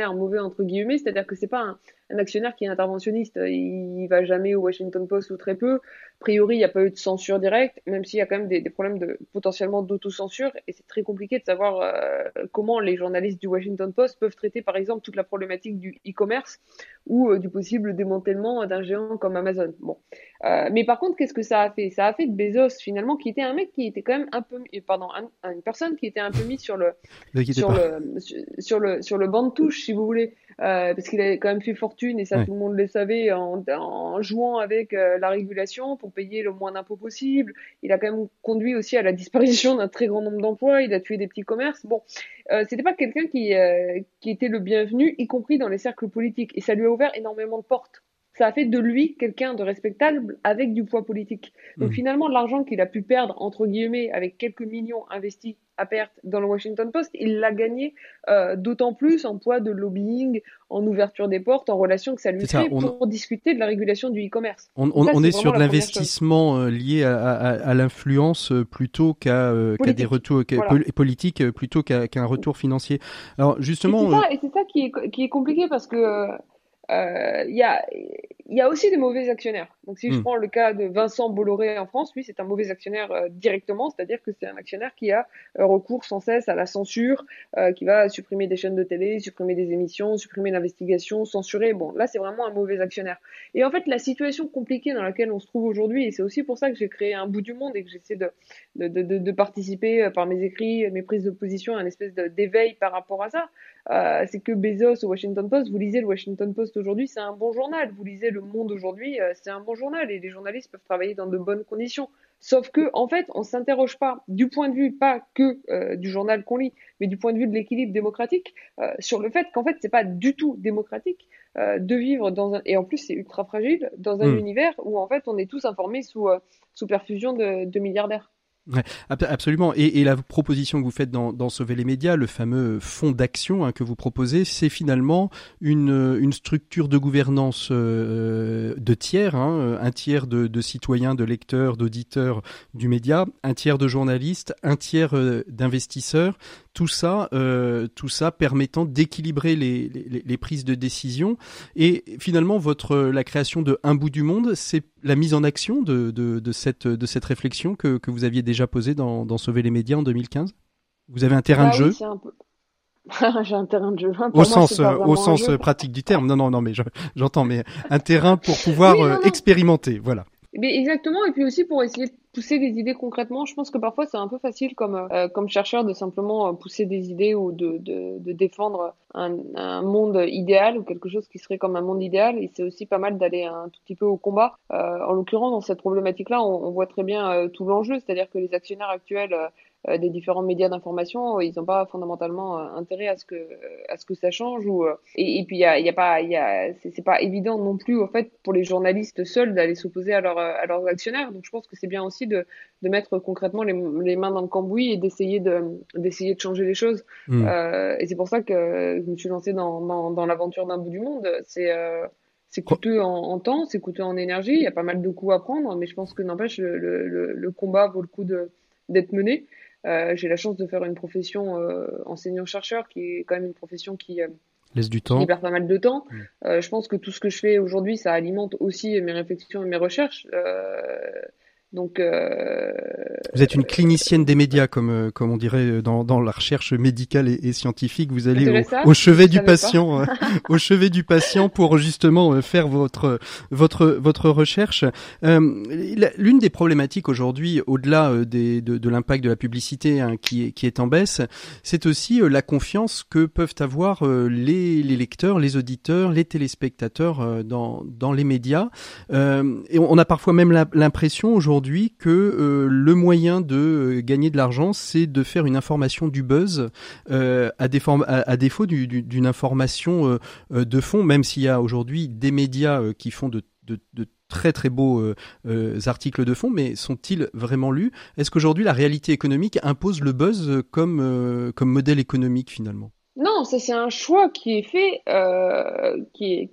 F: actionnaire mauvais entre guillemets, c'est-à-dire que c'est pas un, un actionnaire qui est interventionniste, il, il va jamais au Washington Post ou très peu. A priori, il n'y a pas eu de censure directe, même s'il y a quand même des, des problèmes de potentiellement d'autocensure, et c'est très compliqué de savoir euh, comment les journalistes du Washington Post peuvent traiter par exemple toute la problématique du e-commerce ou euh, du possible démantèlement d'un géant comme Amazon. Bon, euh, mais par contre, qu'est-ce que ça a fait? Ça a fait de Bezos finalement, qui était un mec qui était quand même un peu, pardon, un, une personne qui était un peu mise sur le sur le sur le sur le banc de touche, si vous voulez, euh, parce qu'il avait quand même fait fortune et ça ouais. Tout le monde le savait en, en jouant avec euh, la régulation pour payer le moins d'impôts possible. Il a quand même conduit aussi à la disparition d'un très grand nombre d'emplois. Il a tué des petits commerces. Bon, euh, c'était pas quelqu'un qui euh, qui était le bienvenu, y compris dans les cercles politiques, et ça lui a ouvert énormément de portes. Ça a fait de lui quelqu'un de respectable avec du poids politique. Donc mmh. finalement, l'argent qu'il a pu perdre, entre guillemets, avec quelques millions investis à perte dans le Washington Post, il l'a gagné euh, d'autant plus en poids de lobbying, en ouverture des portes, en relation que ça lui fait on... pour discuter de la régulation du e-commerce.
B: On, on, ça, on est sur de l'investissement lié à, à, à l'influence plutôt qu'à, euh, qu'à des retours qu'à, voilà. politiques plutôt qu'à, qu'à un retour financier. Alors justement,
F: et c'est ça, euh... et c'est ça qui est qui est compliqué parce que il euh, y a il y a aussi des mauvais actionnaires. Donc si mmh. je prends le cas de Vincent Bolloré en France, lui c'est un mauvais actionnaire euh, directement, c'est-à-dire que c'est un actionnaire qui a euh, recours sans cesse à la censure, euh, qui va supprimer des chaînes de télé, supprimer des émissions, supprimer l'investigation, censurer. Bon, là c'est vraiment un mauvais actionnaire. Et en fait la situation compliquée dans laquelle on se trouve aujourd'hui, et c'est aussi pour ça que j'ai créé Un bout du monde et que j'essaie de de de, de, de participer par mes écrits, mes prises de position à une espèce de, d'éveil par rapport à ça. Euh, c'est que Bezos au Washington Post, vous lisez le Washington Post aujourd'hui, c'est un bon journal. Vous lisez Le Monde aujourd'hui, euh, c'est un bon journal et les journalistes peuvent travailler dans de bonnes conditions. Sauf que, en fait, on s'interroge pas du point de vue pas que euh, du journal qu'on lit, mais du point de vue de l'équilibre démocratique, euh, sur le fait qu'en fait, c'est pas du tout démocratique euh, de vivre dans un et en plus c'est ultra fragile dans un mmh. univers où en fait on est tous informés sous euh, sous perfusion de, de milliardaires.
B: Ouais, absolument. Et, et la proposition que vous faites dans, dans Sauver les médias, le fameux fonds d'action hein, que vous proposez, c'est finalement une, une structure de gouvernance euh, de tiers, hein, un tiers de, de citoyens, de lecteurs, d'auditeurs du média, un tiers de journalistes, un tiers euh, d'investisseurs. Tout ça, euh, tout ça permettant d'équilibrer les, les, les prises de décision. Et finalement, votre la création de Un bout du monde, c'est la mise en action de, de, de cette de cette réflexion que, que vous aviez déjà posée dans, dans Sauver les médias en deux mille quinze. Vous avez un terrain
F: bah
B: de jeu.
F: Oui, c'est un peu... J'ai un terrain de jeu. Pour
B: au
F: moi,
B: sens, au sens pratique du terme. Non, non, non, mais je, j'entends. Mais un terrain pour pouvoir oui, non, non. Euh, expérimenter. Voilà.
F: Mais exactement, et puis aussi pour essayer de pousser des idées concrètement. Je pense que parfois c'est un peu facile comme euh, comme chercheur de simplement pousser des idées ou de de, de défendre un, un monde idéal ou quelque chose qui serait comme un monde idéal. Et c'est aussi pas mal d'aller un tout petit peu au combat. Euh, en l'occurrence, dans cette problématique-là, on, on voit très bien euh, tout l'enjeu, c'est-à-dire que les actionnaires actuels euh, Euh, des différents médias d'information, ils n'ont pas fondamentalement euh, intérêt à ce que à ce que ça change ou euh, et, et puis il y a il y a pas il y a c'est, c'est pas évident non plus au fait pour les journalistes seuls d'aller s'opposer à leurs à leurs actionnaires. Donc je pense que c'est bien aussi de de mettre concrètement les les mains dans le cambouis et d'essayer de d'essayer de changer les choses. Mmh. Euh, et c'est pour ça que je me suis lancée dans dans dans l'aventure d'Un bout du monde. C'est euh, c'est coûteux en, en temps, c'est coûteux en énergie. Il y a pas mal de coûts à prendre, mais je pense que n'empêche le le le combat vaut le coup de d'être mené. Euh, j'ai la chance de faire une profession euh, enseignant-chercheur qui est quand même une profession qui, euh,
B: laisse du temps,
F: qui libère pas mal de temps.
B: Mmh.
F: Euh, je pense que tout ce que je fais aujourd'hui, ça alimente aussi mes réflexions et mes recherches. Euh, donc, euh,
B: vous êtes une clinicienne des médias, comme comme on dirait dans dans la recherche médicale et, et scientifique. Vous allez au, au chevet du patient, euh, au chevet du patient pour justement faire votre votre votre recherche. Euh, l'une des problématiques aujourd'hui, au-delà des de, de l'impact de la publicité hein, qui est qui est en baisse, c'est aussi la confiance que peuvent avoir les les lecteurs, les auditeurs, les téléspectateurs dans dans les médias. Euh, et on a parfois même l'impression aujourd'hui aujourd'hui que euh, le moyen de euh, gagner de l'argent, c'est de faire une information du buzz euh, à, déform- à, à défaut du, du, d'une information euh, euh, de fond, même s'il y a aujourd'hui des médias euh, qui font de, de, de très très beaux euh, euh, articles de fond, mais sont-ils vraiment lus ? Est-ce qu'aujourd'hui la réalité économique impose le buzz comme, euh, comme modèle économique finalement ?
F: Non, ça c'est un choix qui est fait, euh, qui est, qui est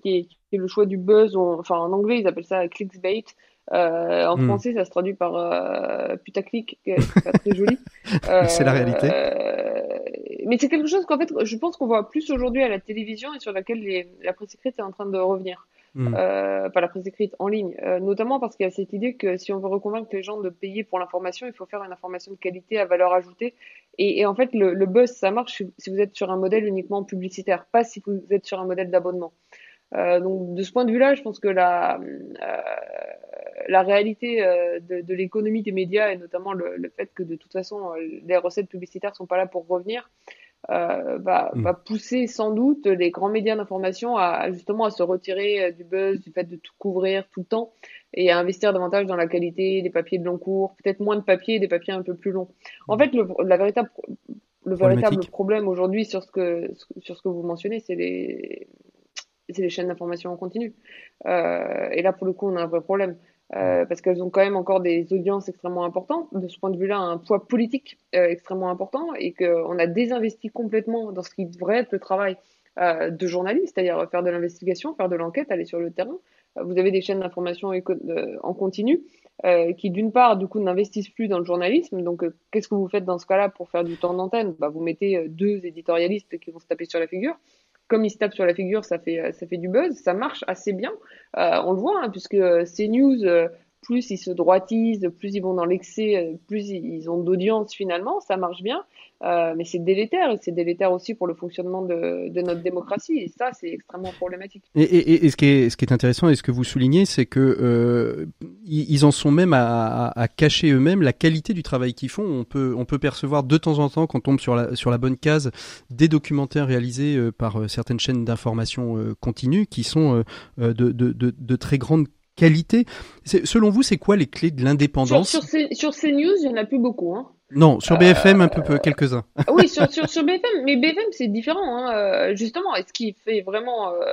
F: qui est le choix du buzz. On, enfin, en anglais, ils appellent ça clickbait. Euh, en mm. français, ça se traduit par euh, putaclic, qui est pas très joli.
B: Euh, c'est la réalité.
F: Euh, mais c'est quelque chose qu'en fait, je pense qu'on voit plus aujourd'hui à la télévision et sur laquelle les, la presse écrite est en train de revenir. Mm. Euh, pas la presse écrite, en ligne. Euh, notamment parce qu'il y a cette idée que si on veut reconvaincre les gens de payer pour l'information, il faut faire une information de qualité à valeur ajoutée. Et, et en fait, le, le buzz, ça marche si vous êtes sur un modèle uniquement publicitaire, pas si vous êtes sur un modèle d'abonnement. Euh, donc de ce point de vue-là, je pense que la euh, la réalité euh, de, de l'économie des médias et notamment le, le fait que de toute façon les recettes publicitaires sont pas là pour revenir, euh, va, mmh. va pousser sans doute les grands médias d'information à justement à se retirer du buzz, du fait de tout couvrir tout le temps et à investir davantage dans la qualité des papiers de long cours, peut-être moins de papiers et des papiers un peu plus longs. Mmh. En fait, le, la véritable le véritable problème aujourd'hui sur ce que sur ce que vous mentionnez, c'est les c'est les chaînes d'information en continu. Euh, et là, pour le coup, on a un vrai problème. Euh, parce qu'elles ont quand même encore des audiences extrêmement importantes. De ce point de vue-là, un poids politique euh, extrêmement important et qu'on a désinvesti complètement dans ce qui devrait être le travail euh, de journaliste, c'est-à-dire faire de l'investigation, faire de l'enquête, aller sur le terrain. Euh, vous avez des chaînes d'information éco- euh, en continu euh, qui, d'une part, du coup, n'investissent plus dans le journalisme. Donc, euh, qu'est-ce que vous faites dans ce cas-là pour faire du temps d'antenne ? Bah, vous mettez euh, deux éditorialistes qui vont se taper sur la figure. Comme ils se tapent sur la figure, ça fait ça fait du buzz, ça marche assez bien. Euh, on le voit, hein, puisque CNews, euh, plus ils se droitisent, plus ils vont dans l'excès, euh, plus ils ont d'audience finalement, ça marche bien. Euh, mais c'est délétère, et c'est délétère aussi pour le fonctionnement de, de notre démocratie, et ça, c'est extrêmement problématique.
B: Et, et, et ce qui est ce qui est intéressant et ce que vous soulignez, c'est que euh, ils en sont même à, à, à cacher eux-mêmes la qualité du travail qu'ils font. On peut on peut percevoir de temps en temps, quand on tombe sur la sur la bonne case, des documentaires réalisés euh, par euh, certaines chaînes d'information euh, continues qui sont euh, de, de de de très grande qualité. C'est, selon vous, c'est quoi les clés de l'indépendance ?
F: Sur, sur, sur CNews, il y en a plus beaucoup, hein.
B: Non, sur B F M, euh, un peu, peu quelques-uns.
F: Oui, sur, sur, sur B F M, mais B F M, c'est différent, hein. Justement, et ce qui fait vraiment, euh,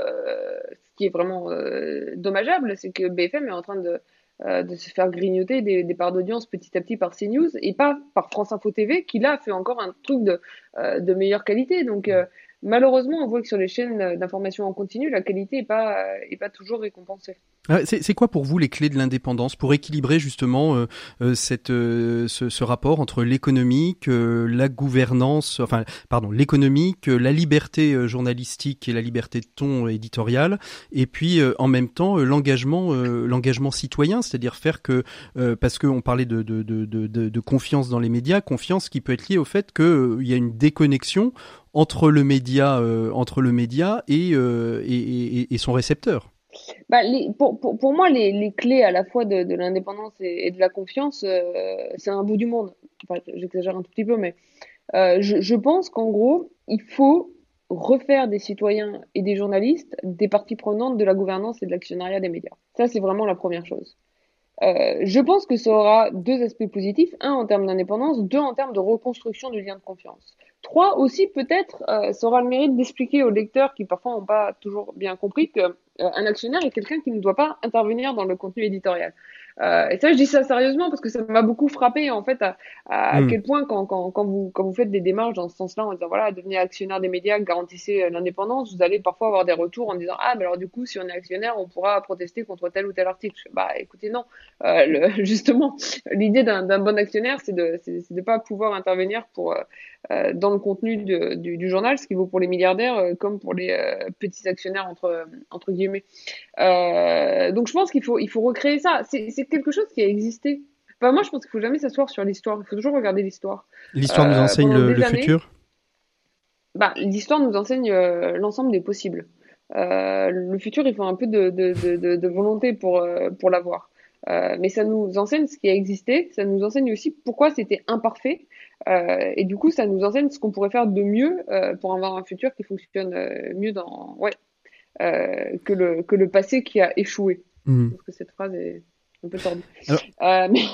F: ce qui est vraiment euh, dommageable, c'est que B F M est en train de, euh, de se faire grignoter des, des parts d'audience petit à petit par CNews et pas par France Info T V, qui là fait encore un truc de, euh, de meilleure qualité. Donc, euh, malheureusement, on voit que sur les chaînes d'information en continu, la qualité est pas, est pas toujours récompensée.
B: C'est, c'est quoi pour vous les clés de l'indépendance pour équilibrer justement euh, euh, cette, euh, ce, ce rapport entre l'économique, euh, la gouvernance, enfin pardon, l'économique, la liberté euh, journalistique et la liberté de ton éditorial, et puis euh, en même temps euh, l'engagement, euh, l'engagement citoyen, c'est-à-dire faire que euh, parce qu'on parlait de, de, de, de, de confiance dans les médias, confiance qui peut être liée au fait qu'il euh, y a une déconnexion entre le média, euh, entre le média et, euh, et, et, et son récepteur.
F: Bah, les, pour, pour, pour moi, les, les clés à la fois de, de l'indépendance et, et de la confiance, euh, c'est un bout du monde. Enfin, j'exagère un tout petit peu, mais euh, je, je pense qu'en gros, il faut refaire des citoyens et des journalistes des parties prenantes de la gouvernance et de l'actionnariat des médias. Ça, c'est vraiment la première chose. Euh, je pense que ça aura deux aspects positifs. Un, en termes d'indépendance. Deux, en termes de reconstruction du lien de confiance. Trois, aussi, peut-être, euh, ça aura le mérite d'expliquer aux lecteurs qui parfois n'ont pas toujours bien compris que euh, un actionnaire est quelqu'un qui ne doit pas intervenir dans le contenu éditorial. Euh, et ça, je dis ça sérieusement parce que ça m'a beaucoup frappé en fait à, à, mmh. à quel point quand, quand, quand vous quand vous faites des démarches dans ce sens-là en disant voilà devenez actionnaire des médias, garantissez l'indépendance, vous allez parfois avoir des retours en disant ah ben alors du coup si on est actionnaire on pourra protester contre tel ou tel article. Bah écoutez non, euh, le, justement l'idée d'un, d'un bon actionnaire c'est de c'est, c'est de pas pouvoir intervenir pour euh, dans le contenu de, du, du journal, ce qui vaut pour les milliardaires euh, comme pour les euh, petits actionnaires entre entre guillemets. Euh, donc je pense qu'il faut il faut recréer ça. C'est, c'est quelque chose qui a existé. Enfin, moi, je pense qu'il faut jamais s'asseoir sur l'histoire. Il faut toujours regarder l'histoire.
B: L'histoire nous enseigne euh, le, le années, futur.
F: Bah, l'histoire nous enseigne euh, l'ensemble des possibles. Euh, le futur, il faut un peu de, de, de, de, de volonté pour euh, pour l'avoir. Euh, mais ça nous enseigne ce qui a existé. Ça nous enseigne aussi pourquoi c'était imparfait. Euh, et du coup, ça nous enseigne ce qu'on pourrait faire de mieux euh, pour avoir un futur qui fonctionne euh, mieux dans ouais euh, que le que le passé qui a échoué. Mmh. Je pense que cette phrase est un peu tordue. Alors... Euh, mais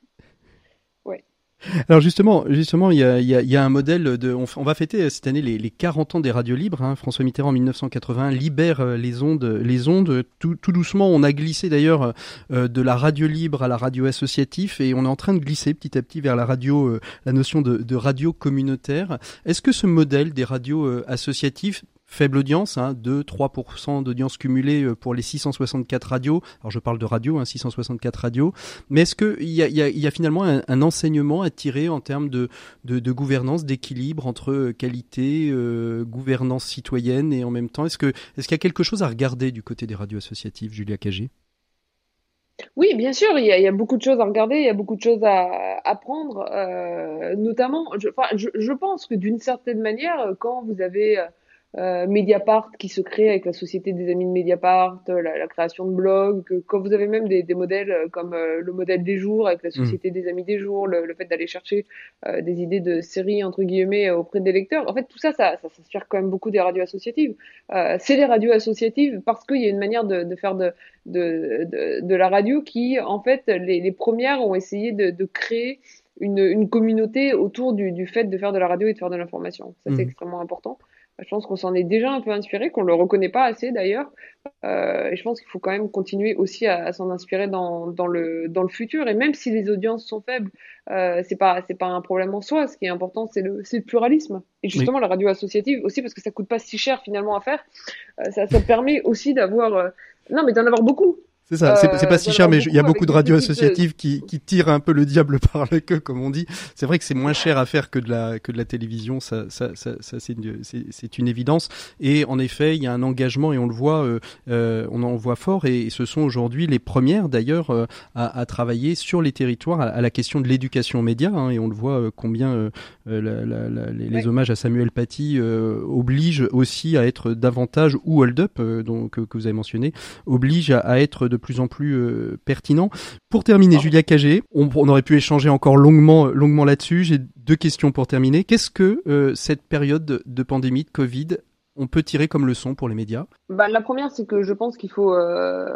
F: ouais.
B: Alors justement, justement, il y a, il y a, il y a un modèle de. On, on va fêter cette année les, les quarante ans des radios libres. Hein. François Mitterrand en mille neuf cent quatre-vingt libère les ondes, les ondes. Tout, tout doucement, on a glissé d'ailleurs euh, de la radio libre à la radio associative, et on est en train de glisser petit à petit vers la radio, euh, la notion de, de radio communautaire. Est-ce que ce modèle des radios euh, associatives faible audience, hein, deux à trois pour cent d'audience cumulée pour les six cent soixante-quatre radios. Alors je parle de radio, hein, six cent soixante-quatre radios. Mais est-ce qu'il y a, y, a, y a finalement un, un enseignement à tirer en termes de, de, de gouvernance, d'équilibre entre qualité, euh, gouvernance citoyenne et en même temps, est-ce que est-ce qu'il y a quelque chose à regarder du côté des radios associatives, Julia Cagé?
F: Oui, bien sûr, il y a, il y a beaucoup de choses à regarder, il y a beaucoup de choses à apprendre, euh, notamment, je, enfin, je, je pense que d'une certaine manière, quand vous avez euh, Mediapart qui se crée avec la Société des Amis de Mediapart, la, la création de blogs, que, quand vous avez même des, des modèles comme euh, le modèle des jours avec la Société mmh. des Amis des jours, le, le fait d'aller chercher euh, des idées de séries entre guillemets auprès des lecteurs, en fait tout ça, ça, ça s'inspire quand même beaucoup des radios associatives. Euh, c'est des radios associatives parce qu'il y a une manière de, de faire de De, de, de la radio qui, en fait, les, les premières ont essayé de, de créer une, une communauté autour du, du fait de faire de la radio et de faire de l'information. Ça, c'est mmh. extrêmement important. Je pense qu'on s'en est déjà un peu inspiré, qu'on le reconnaît pas assez d'ailleurs. Euh, et je pense qu'il faut quand même continuer aussi à, à s'en inspirer dans, dans le, dans le futur. Et même si les audiences sont faibles, euh, c'est pas, c'est pas un problème en soi. Ce qui est important, c'est le, c'est le pluralisme. Et justement, oui. la radio associative aussi, parce que ça coûte pas si cher finalement à faire, euh, ça, ça permet aussi d'avoir, euh, non, mais d'en avoir beaucoup.
B: C'est ça, c'est, c'est pas si cher, mais il y a beaucoup de radios associatives qui, qui tirent un peu le diable par la queue, comme on dit. C'est vrai que c'est moins cher à faire que de la, que de la télévision, ça, ça, ça, ça c'est, une, c'est, c'est une évidence. Et en effet, il y a un engagement et on le voit, euh, euh, on en voit fort. Et ce sont aujourd'hui les premières, d'ailleurs, euh, à, à travailler sur les territoires à, à la question de l'éducation aux médias. Hein, et on le voit euh, combien euh, la, la, la, les, les ouais. hommages à Samuel Paty euh, obligent aussi à être davantage, ou Hold Up, euh, donc, que, que vous avez mentionné, obligent à, à être de de plus en plus euh, pertinent. Pour terminer, oh. Julia Cagé, on, on aurait pu échanger encore longuement, longuement là-dessus. J'ai deux questions pour terminer. Qu'est-ce que euh, cette période de, de pandémie, de Covid, on peut tirer comme leçon pour les médias?
F: Bah, la première, c'est que je pense qu'il faut euh,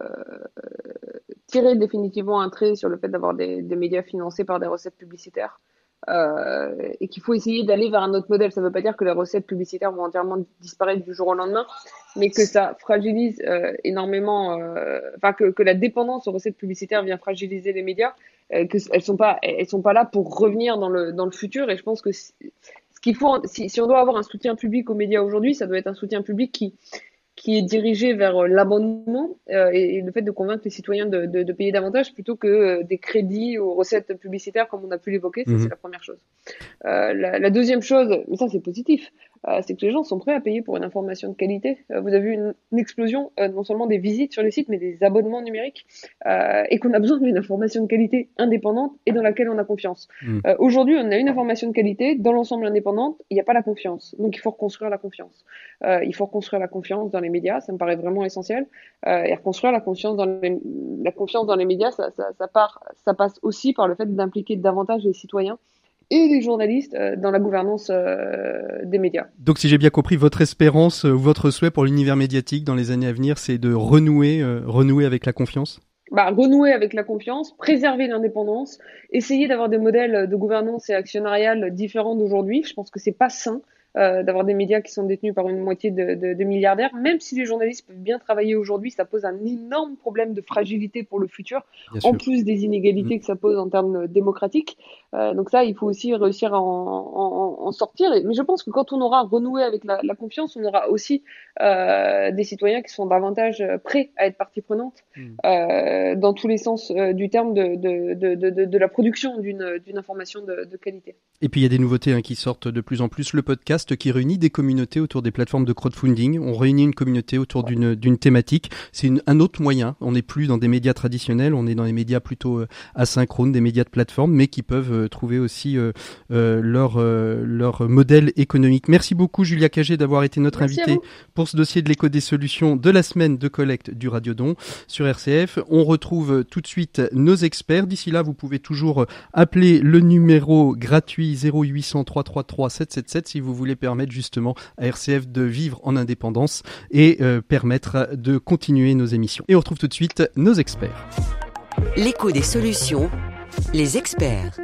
F: tirer définitivement un trait sur le fait d'avoir des, des médias financés par des recettes publicitaires. Euh, et qu'il faut essayer d'aller vers un autre modèle. Ça ne veut pas dire que les recettes publicitaires vont entièrement disparaître du jour au lendemain, mais que ça fragilise euh, énormément, enfin euh, que, que la dépendance aux recettes publicitaires vient fragiliser les médias, euh, que elles sont pas, elles sont pas là pour revenir dans le dans le futur. Et je pense que si, ce qu'il faut, si, si on doit avoir un soutien public aux médias aujourd'hui, ça doit être un soutien public qui qui est dirigé vers l'abondement euh, et, et le fait de convaincre les citoyens de, de, de payer davantage plutôt que euh, des crédits aux recettes publicitaires comme on a pu l'évoquer. Ça, mmh. c'est la première chose. Euh, la, la deuxième chose, mais ça c'est positif, euh, c'est que les gens sont prêts à payer pour une information de qualité. Euh, vous avez vu une, une explosion euh, non seulement des visites sur les sites, mais des abonnements numériques euh, et qu'on a besoin d'une information de qualité indépendante et dans laquelle on a confiance. Mmh. Euh, aujourd'hui, on a une information de qualité dans l'ensemble indépendante, il n'y a pas la confiance. Donc il faut reconstruire la confiance. Euh, il faut reconstruire la confiance dans les médias, ça me paraît vraiment essentiel. Euh, et reconstruire la confiance dans les, la confiance dans les médias, ça, ça, ça, part, ça passe aussi par le fait d'impliquer davantage les citoyens et les journalistes euh, dans la gouvernance euh, des médias.
B: Donc si j'ai bien compris, votre espérance, euh, votre souhait pour l'univers médiatique dans les années à venir, c'est de renouer, euh, renouer avec la confiance ?
F: Bah, renouer avec la confiance, préserver l'indépendance, essayer d'avoir des modèles de gouvernance et actionnariale différents d'aujourd'hui. Je pense que c'est pas sain euh, d'avoir des médias qui sont détenus par une moitié de, de, de milliardaires. Même si les journalistes peuvent bien travailler aujourd'hui, ça pose un énorme problème de fragilité pour le futur, bien en sûr. Plus des inégalités mmh. que ça pose en termes démocratiques. Euh, donc ça, il faut aussi réussir à en, en, en sortir. Mais je pense que quand on aura renoué avec la, la confiance, on aura aussi euh, des citoyens qui sont davantage prêts à être partie prenante mmh. euh, dans tous les sens euh, du terme de, de, de, de, de, de la production d'une, d'une information de, de qualité.
B: Et puis il y a des nouveautés hein, qui sortent de plus en plus. Le podcast qui réunit des communautés autour des plateformes de crowdfunding. On réunit une communauté autour d'une, d'une thématique. C'est une, un autre moyen. On n'est plus dans des médias traditionnels, on est dans des médias plutôt euh, asynchrones, des médias de plateforme, mais qui peuvent euh, trouver aussi euh, euh, leur, euh, leur modèle économique. Merci beaucoup Julia Cagé d'avoir été notre Merci invitée pour ce dossier de l'écho des solutions de la semaine de collecte du Radiodon sur R C F. On retrouve tout de suite nos experts. D'ici là, vous pouvez toujours appeler le numéro gratuit zéro huit cents trois trois trois sept sept sept si vous voulez permettre justement à R C F de vivre en indépendance et euh, permettre de continuer nos émissions. Et on retrouve tout de suite nos experts.
A: L'écho des solutions, les experts.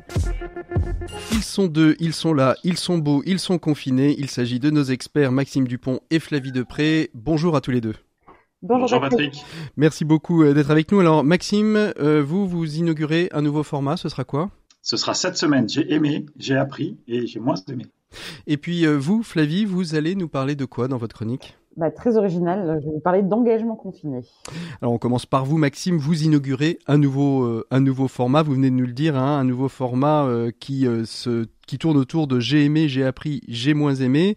B: Ils sont deux, ils sont là, ils sont beaux, ils sont confinés. Il s'agit de nos experts Maxime Dupont et Flavie Depré. Bonjour à tous les deux.
F: Bonjour,
G: Bonjour Patrick.
B: Merci beaucoup d'être avec nous. Alors Maxime, euh, vous, vous inaugurez un nouveau format, ce sera quoi ?
G: Ce sera cette semaine. J'ai aimé, j'ai appris et j'ai moins aimé.
B: Et puis euh, vous, Flavie, vous allez nous parler de quoi dans votre chronique ?
G: Bah, très original, je vais vous parler d'engagement confiné.
B: Alors on commence par vous, Maxime, vous inaugurez un nouveau, euh, un nouveau format, vous venez de nous le dire, hein, un nouveau format euh, qui, euh, se, qui tourne autour de j'ai aimé, j'ai appris, j'ai moins aimé.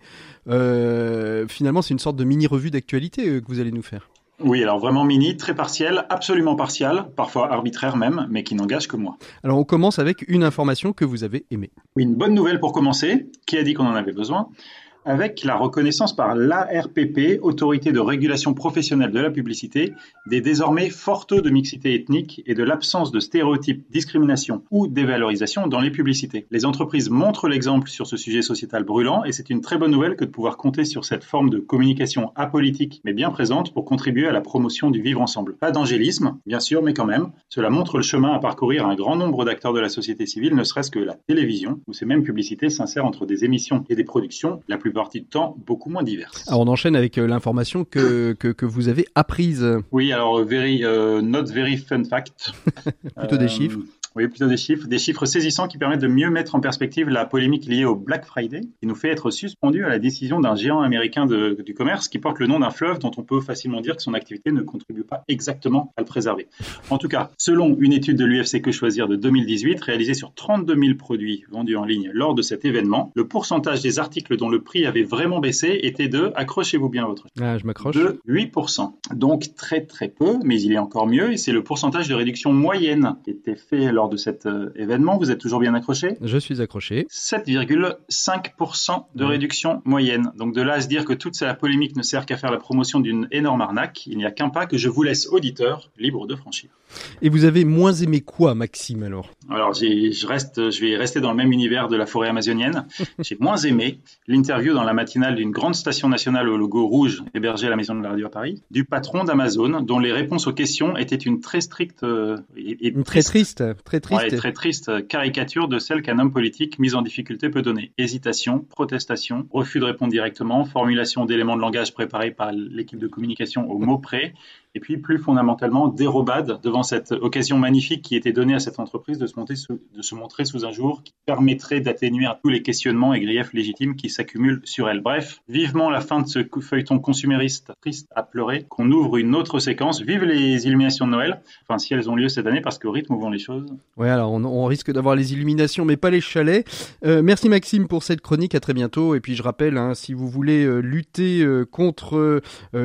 B: Euh, finalement, c'est une sorte de mini-revue d'actualité euh, que vous allez nous faire.
H: Oui, alors vraiment mini, très partiel, absolument partial, parfois arbitraire même, mais qui n'engage que moi.
B: Alors on commence avec une information que vous avez aimée.
H: Oui, une bonne nouvelle pour commencer, qui a dit qu'on en avait besoin, avec la reconnaissance par l'A R P P, Autorité de régulation professionnelle de la publicité, des désormais forts taux de mixité ethnique et de l'absence de stéréotypes, discrimination ou dévalorisation dans les publicités. Les entreprises montrent l'exemple sur ce sujet sociétal brûlant et c'est une très bonne nouvelle que de pouvoir compter sur cette forme de communication apolitique mais bien présente pour contribuer à la promotion du vivre ensemble. Pas d'angélisme, bien sûr, mais quand même, cela montre le chemin à parcourir à un grand nombre d'acteurs de la société civile, ne serait-ce que la télévision, où ces mêmes publicités s'insèrent entre des émissions et des productions, la plupart du temps beaucoup moins diverses.
B: Alors on enchaîne avec euh, l'information que, que, que vous avez apprise.
H: Oui, alors very, euh, not very fun fact.
B: Plutôt euh, des chiffres.
H: Oui, plutôt des chiffres. Des chiffres saisissants qui permettent de mieux mettre en perspective la polémique liée au Black Friday, qui nous fait être suspendu à la décision d'un géant américain de, du commerce qui porte le nom d'un fleuve dont on peut facilement dire que son activité ne contribue pas exactement à le préserver. En tout cas, selon une étude de l'U F C Que Choisir de deux mille dix-huit, réalisée sur trente-deux mille produits vendus en ligne lors de cet événement, le pourcentage des articles dont le prix avait vraiment baissé était de, accrochez-vous bien à votre
B: ah, je m'accroche.
H: de huit pour cent. Donc très très peu, mais il est encore mieux, et c'est le pourcentage de réduction moyenne qui était fait lors de cet euh, événement. Vous êtes toujours bien accroché ?
B: Je suis accroché.
H: sept virgule cinq pour cent de réduction moyenne. Donc de là à se dire que toute cette polémique ne sert qu'à faire la promotion d'une énorme arnaque, il n'y a qu'un pas que je vous laisse, auditeurs, libre de franchir.
B: Et vous avez moins aimé quoi, Maxime, alors ?
H: Alors j'ai, je, reste, je vais rester dans le même univers de la forêt amazonienne. J'ai moins aimé l'interview dans la matinale d'une grande station nationale au logo rouge hébergée à la Maison de la Radio à Paris, du patron d'Amazon, dont les réponses aux questions étaient une très stricte euh, et, et
B: une très triste, très triste,
H: ouais, très triste caricature de celle qu'un homme politique mis en difficulté peut donner. Hésitation, protestation, refus de répondre directement, formulation d'éléments de langage préparés par l'équipe de communication au mot près. Et puis, plus fondamentalement, dérobade devant cette occasion magnifique qui était donnée à cette entreprise de se, monter sous, de se montrer sous un jour qui permettrait d'atténuer tous les questionnements et griefs légitimes qui s'accumulent sur elle. Bref, vivement la fin de ce feuilleton consumériste triste à pleurer, qu'on ouvre une autre séquence. Vive les illuminations de Noël, enfin si elles ont lieu cette année, parce qu'au rythme où vont les choses.
B: Ouais, alors on, on risque d'avoir les illuminations, mais pas les chalets. Euh, merci Maxime pour cette chronique, à très bientôt. Et puis je rappelle, hein, si vous voulez euh, lutter euh, contre euh,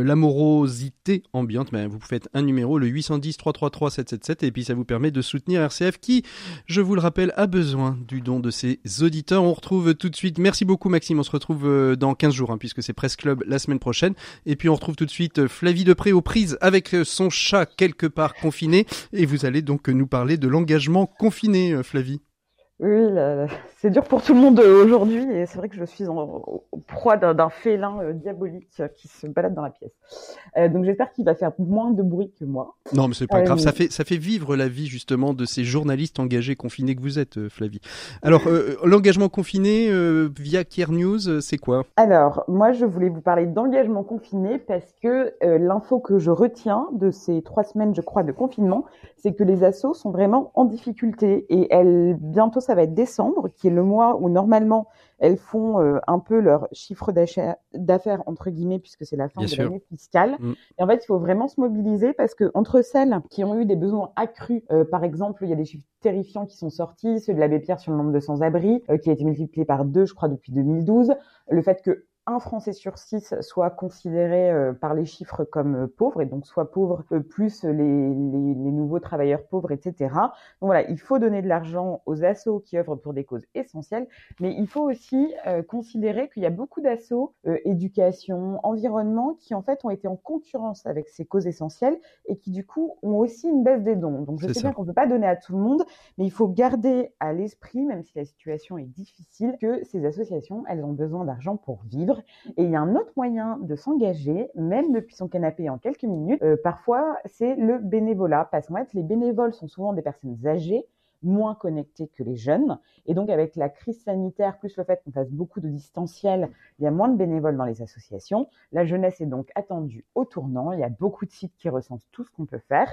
B: l'amorosité ambiante, ben, vous faites un numéro, le huit un zéro trois trois trois sept sept sept, et puis ça vous permet de soutenir R C F qui, je vous le rappelle, a besoin du don de ses auditeurs. On retrouve tout de suite, merci beaucoup Maxime, on se retrouve dans quinze jours, hein, puisque c'est Presse Club la semaine prochaine, et puis on retrouve tout de suite Flavie Depré aux prises avec son chat quelque part confiné, et vous allez donc nous parler de l'engagement confiné, Flavie.
G: Oui, là, là, c'est dur pour tout le monde aujourd'hui et c'est vrai que je suis en, en proie d'un, d'un félin euh, diabolique euh, qui se balade dans la pièce. Euh, donc j'espère qu'il va faire moins de bruit que moi.
B: Non, mais c'est pas euh, grave.
G: Mais...
B: Ça fait ça fait vivre la vie justement de ces journalistes engagés confinés que vous êtes, euh, Flavie. Alors euh, l'engagement confiné euh, via Care News, c'est quoi ?
G: Alors moi je voulais vous parler d'engagement confiné parce que euh, l'info que je retiens de ces trois semaines, je crois, de confinement, c'est que les assos sont vraiment en difficulté et elles bientôt ça va être décembre, qui est le mois où normalement elles font euh, un peu leur chiffre d'affaires entre guillemets puisque c'est la fin Bien de sûr. l'année fiscale. Mmh. Et en fait, il faut vraiment se mobiliser parce que entre celles qui ont eu des besoins accrus, euh, par exemple, il y a des chiffres terrifiants qui sont sortis, ceux de l'abbé Pierre sur le nombre de sans-abri, euh, qui a été multiplié par deux, je crois, depuis deux mille douze. Le fait que un Français sur six soit considéré euh, par les chiffres comme euh, pauvre, et donc soit pauvre euh, plus les, les, les nouveaux travailleurs pauvres, et cetera. Donc voilà, il faut donner de l'argent aux assos qui œuvrent pour des causes essentielles, mais il faut aussi euh, considérer qu'il y a beaucoup d'assos, euh, éducation, environnement, qui en fait ont été en concurrence avec ces causes essentielles et qui du coup ont aussi une baisse des dons. Donc je C'est sais ça. bien qu'on ne peut pas donner à tout le monde, mais il faut garder à l'esprit, même si la situation est difficile, que ces associations, elles ont besoin d'argent pour vivre. Et il y a un autre moyen de s'engager, même depuis son canapé en quelques minutes. Euh, parfois, c'est le bénévolat, parce qu'en fait, les bénévoles sont souvent des personnes âgées, moins connectées que les jeunes. Et donc, avec la crise sanitaire, plus le fait qu'on fasse beaucoup de distanciel, il y a moins de bénévoles dans les associations. La jeunesse est donc attendue au tournant. Il y a beaucoup de sites qui recensent tout ce qu'on peut faire.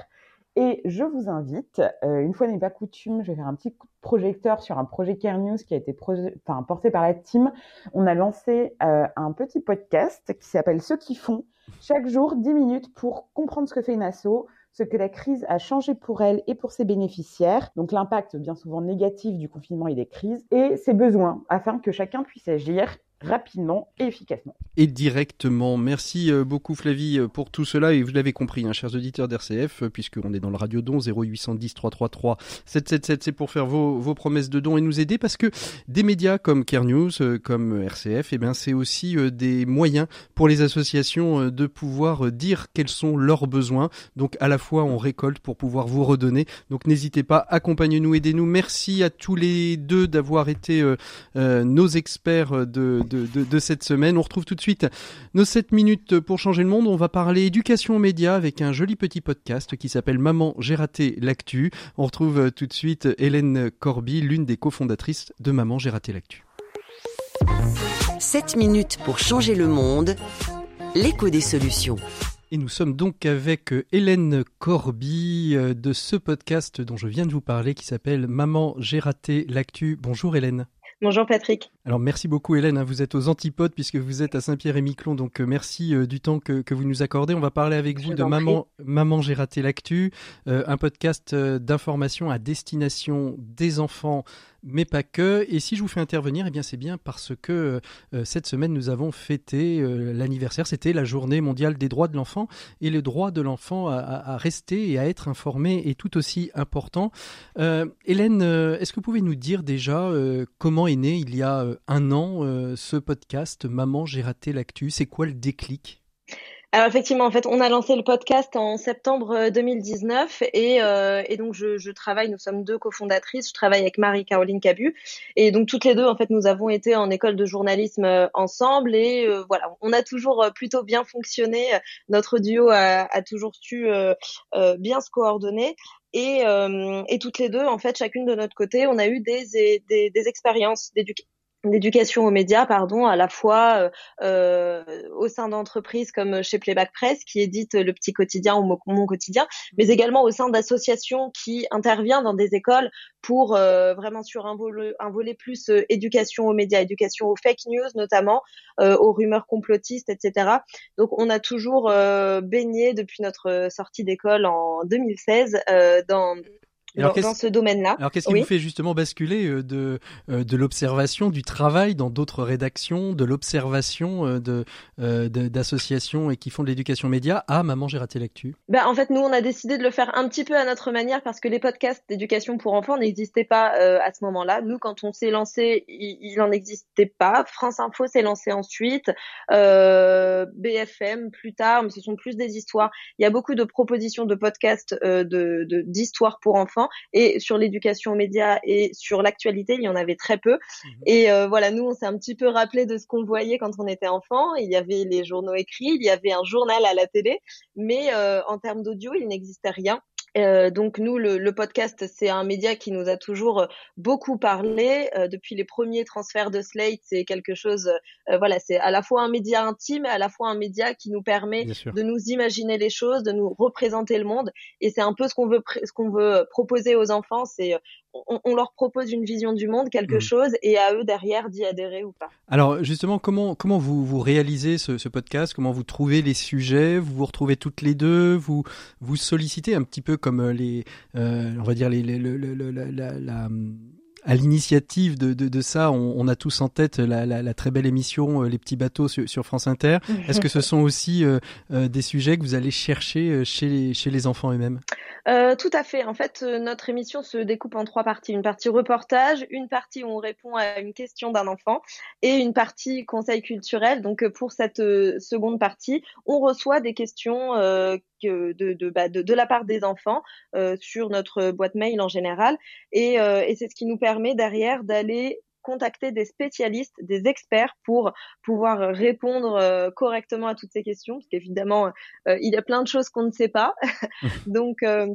G: Et je vous invite, euh, une fois n'est pas coutume, je vais faire un petit coup de projecteur sur un projet Care News qui a été proje- enfin, porté par la team. On a lancé euh, un petit podcast qui s'appelle Ceux qui font. Chaque jour, dix minutes pour comprendre ce que fait une asso, ce que la crise a changé pour elle et pour ses bénéficiaires, donc l'impact bien souvent négatif du confinement et des crises, et ses besoins, afin que chacun puisse agir rapidement et efficacement.
B: Et directement. Merci beaucoup Flavie pour tout cela, et vous l'avez compris, hein, chers auditeurs d'R C F, puisqu'on est dans le Radio Don, zéro huit cent dix, trois cent trente-trois, sept cent soixante-dix, c'est pour faire vos, vos promesses de dons et nous aider, parce que des médias comme Care News, comme R C F, eh ben, c'est aussi des moyens pour les associations de pouvoir dire quels sont leurs besoins. Donc à la fois on récolte pour pouvoir vous redonner. Donc n'hésitez pas, accompagnez-nous, aidez-nous. Merci à tous les deux d'avoir été euh, euh, nos experts de De, de, de cette semaine. On retrouve tout de suite nos sept minutes pour changer le monde. On va parler éducation aux médias avec un joli petit podcast qui s'appelle Maman, j'ai raté l'actu. On retrouve tout de suite Hélène Corby, l'une des cofondatrices de Maman, j'ai raté l'actu.
A: sept minutes pour changer le monde. L'écho des solutions.
B: Et nous sommes donc avec Hélène Corby de ce podcast dont je viens de vous parler qui s'appelle Maman, j'ai raté l'actu. Bonjour Hélène.
I: Bonjour Patrick.
B: Alors merci beaucoup Hélène, vous êtes aux antipodes puisque vous êtes à Saint-Pierre-et-Miquelon, donc merci du temps que, que vous nous accordez. On va parler avec vous de Maman, Maman j'ai raté l'actu, euh, un podcast d'information à destination des enfants, mais pas que. Et si je vous fais intervenir, eh bien c'est bien parce que euh, cette semaine nous avons fêté euh, l'anniversaire, c'était la journée mondiale des droits de l'enfant, et le droit de l'enfant à, à, à rester et à être informé est tout aussi important. Euh, Hélène, euh, est-ce que vous pouvez nous dire déjà euh, comment est né il y a euh, un an euh, ce podcast Maman j'ai raté l'actu? C'est quoi le déclic?
I: Alors effectivement, en fait, on a lancé le podcast en septembre deux mille dix-neuf et, euh, et donc je, je travaille, nous sommes deux cofondatrices, je travaille avec Marie-Caroline Cabu et donc toutes les deux, en fait, nous avons été en école de journalisme ensemble et euh, voilà, on a toujours plutôt bien fonctionné, notre duo a, a toujours su euh, euh, bien se coordonner. Et, euh, et toutes les deux, en fait, chacune de notre côté, on a eu des, des, des expériences d'éducation. d'éducation aux médias, pardon, à la fois euh, au sein d'entreprises comme chez Playback Press, qui édite Le Petit Quotidien ou Mon Quotidien, mais également au sein d'associations qui interviennent dans des écoles pour euh, vraiment sur un volet, un volet plus euh, éducation aux médias, éducation aux fake news notamment, euh, aux rumeurs complotistes, et cetera. Donc on a toujours euh, baigné depuis notre sortie d'école en deux mille seize euh, dans
B: Alors,
I: dans, dans ce domaine-là.
B: Alors qu'est-ce qui
I: oui.
B: vous fait justement basculer de, de l'observation, du travail dans d'autres rédactions, de l'observation de, de, d'associations et qui font de l'éducation média à Maman j'ai raté l'actu?
I: Ben, en fait, nous, on a décidé de le faire un petit peu à notre manière parce que les podcasts d'éducation pour enfants n'existaient pas euh, à ce moment-là. Nous, quand on s'est lancé, il n'en existait pas. France Info s'est lancé ensuite, euh, B F M plus tard, mais ce sont plus des histoires. Il y a beaucoup de propositions de podcasts euh, de, de, d'histoires pour enfants. Et sur l'éducation aux médias et sur l'actualité, il y en avait très peu. Mmh. Et euh, voilà, nous, on s'est un petit peu rappelé de ce qu'on voyait quand on était enfant. Il y avait les journaux écrits, il y avait un journal à la télé, mais euh, en termes d'audio, il n'existait rien. Euh, donc nous, le, le podcast, c'est un média qui nous a toujours beaucoup parlé. Euh, depuis les premiers transferts de Slate, c'est quelque chose, euh, voilà, c'est à la fois un média intime et à la fois un média qui nous permet de nous imaginer les choses, de nous représenter le monde. Et c'est un peu ce qu'on veut, ce qu'on veut proposer aux enfants. C'est on, on leur propose une vision du monde, quelque mmh. chose, et à eux derrière d'y adhérer ou pas.
B: Alors justement, comment comment vous vous réalisez ce, ce podcast? Comment vous trouvez les sujets? Vous vous retrouvez toutes les deux? Vous vous sollicitez un petit peu comme les, euh, on va dire les, les, le, le, le, la, la, la à l'initiative de, de, de ça, on, on a tous en tête la, la, la très belle émission euh, Les Petits Bateaux sur, sur France Inter. Est-ce que ce sont aussi euh, euh, des sujets que vous allez chercher chez les, chez les enfants eux-mêmes?
I: Euh, tout à fait. En fait, euh, notre émission se découpe en trois parties. Une partie reportage, une partie où on répond à une question d'un enfant et une partie conseil culturel. Donc, euh, pour cette euh, seconde partie, on reçoit des questions euh, que de, de, bah, de, de la part des enfants euh, sur notre boîte mail en général. Et, euh, et c'est ce qui nous permet derrière d'aller contacter des spécialistes, des experts pour pouvoir répondre euh, correctement à toutes ces questions, parce qu'évidemment, euh, il y a plein de choses qu'on ne sait pas. Donc, euh,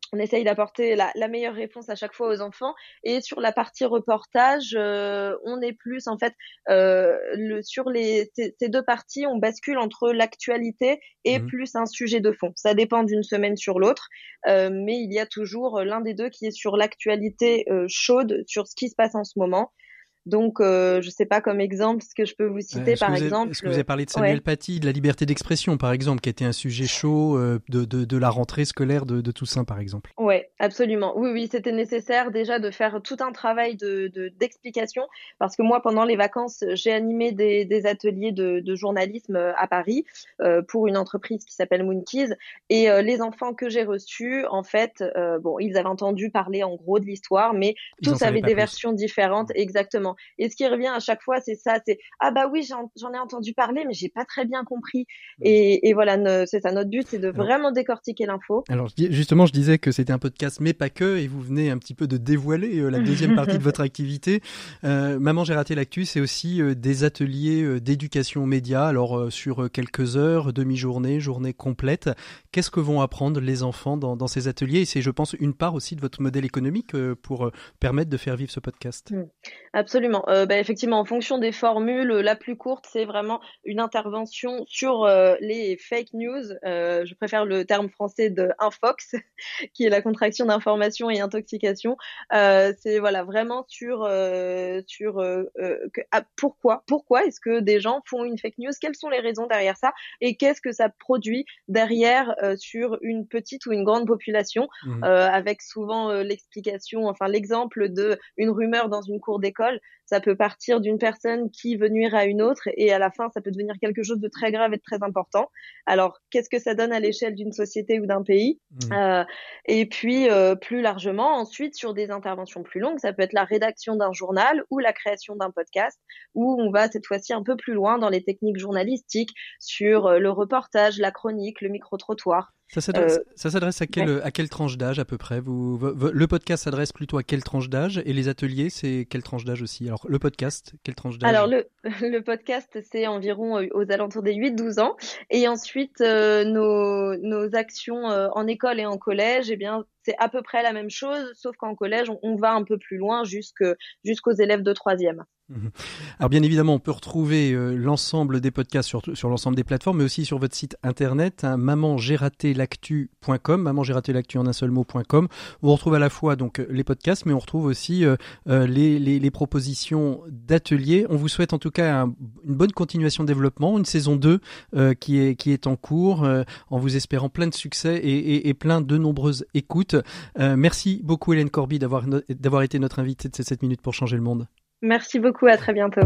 I: on essaye d'apporter la, la meilleure réponse à chaque fois aux enfants. Et sur la partie reportage, euh, on est plus en fait euh, le, sur les ces, ces deux parties, on bascule entre l'actualité et mmh. plus un sujet de fond. Ça dépend d'une semaine sur l'autre, euh, mais il y a toujours l'un des deux qui est sur l'actualité euh, chaude, sur ce qui se passe en ce moment. Donc, euh, je sais pas, comme exemple, ce que je peux vous citer,
B: par
I: avez,
B: exemple. Est-ce que vous avez parlé de Samuel ouais. Paty, de la liberté d'expression, par exemple, qui était un sujet chaud euh, de, de, de la rentrée scolaire de, de Toussaint, par exemple?
I: Oui, absolument. Oui, oui, c'était nécessaire déjà de faire tout un travail de, de, d'explication, parce que moi, pendant les vacances, j'ai animé des, des ateliers de, de journalisme à Paris euh, pour une entreprise qui s'appelle Moonkeys, et euh, les enfants que j'ai reçus, en fait, euh, bon, ils avaient entendu parler en gros de l'histoire, mais ils tous avaient des plus. versions différentes, exactement. Et ce qui revient à chaque fois, c'est ça, c'est ah bah oui, j'en, j'en ai entendu parler, mais j'ai pas très bien compris. Et, et voilà, ne, c'est ça, notre but, c'est de alors, vraiment décortiquer l'info.
B: Alors justement, je disais que c'était un podcast, mais pas que, et vous venez un petit peu de dévoiler euh, la deuxième partie de votre activité. Euh, Maman, j'ai raté l'actu, c'est aussi euh, des ateliers euh, d'éducation aux médias, alors euh, sur euh, quelques heures, demi-journée, journée complète. Qu'est-ce que vont apprendre les enfants dans, dans ces ateliers? Et c'est, je pense, une part aussi de votre modèle économique euh, pour euh, permettre de faire vivre ce podcast.
I: Mmh. Absolument. Euh, bah, effectivement, en fonction des formules, la plus courte, c'est vraiment une intervention sur euh, les fake news. Euh, je préfère le terme français de infox, qui est la contraction d'information et intoxication. Euh, c'est voilà vraiment sur euh, sur euh, que, ah, pourquoi pourquoi est-ce que des gens font une fake news? Quelles sont les raisons derrière ça? Et qu'est-ce que ça produit derrière euh, sur une petite ou une grande population? Mmh. Euh, avec souvent euh, l'explication, enfin l'exemple de une rumeur dans une cour d'école. Ça peut partir d'une personne qui veut nuire à une autre et à la fin, ça peut devenir quelque chose de très grave et de très important. Alors, qu'est-ce que ça donne à l'échelle d'une société ou d'un pays? Mmh. euh, Et puis, euh, plus largement, ensuite, sur des interventions plus longues, ça peut être la rédaction d'un journal ou la création d'un podcast où on va cette fois-ci un peu plus loin dans les techniques journalistiques sur euh, le reportage, la chronique, le micro-trottoir.
B: Ça s'adresse, euh, ça s'adresse à quelle, ouais. à quelle tranche d'âge à peu près? Vous, le podcast s'adresse plutôt à quelle tranche d'âge? Et les ateliers, c'est quelle tranche d'âge aussi? Alors, le podcast, quelle tranche d'âge?
I: Alors, le, le podcast, c'est environ aux alentours des huit douze ans. Et ensuite, euh, nos, nos actions euh, en école et en collège, eh bien, c'est à peu près la même chose, sauf qu'en collège, on, on va un peu plus loin jusque, jusqu'aux élèves de troisième.
B: Alors bien évidemment, on peut retrouver euh, l'ensemble des podcasts sur, sur l'ensemble des plateformes, mais aussi sur votre site internet, hein, maman j'ai raté l'actu point com, maman j'ai raté l'actu en un seul mot point com. On retrouve à la fois donc les podcasts, mais on retrouve aussi euh, euh, les, les, les propositions d'ateliers. On vous souhaite en tout cas un, une bonne continuation de développement, une saison deux euh, qui est qui est en cours, euh, en vous espérant plein de succès et, et, et plein de nombreuses écoutes. Euh, merci beaucoup Hélène Corby d'avoir d'avoir été notre invitée de ces sept minutes pour changer le monde.
I: Merci beaucoup, à très bientôt.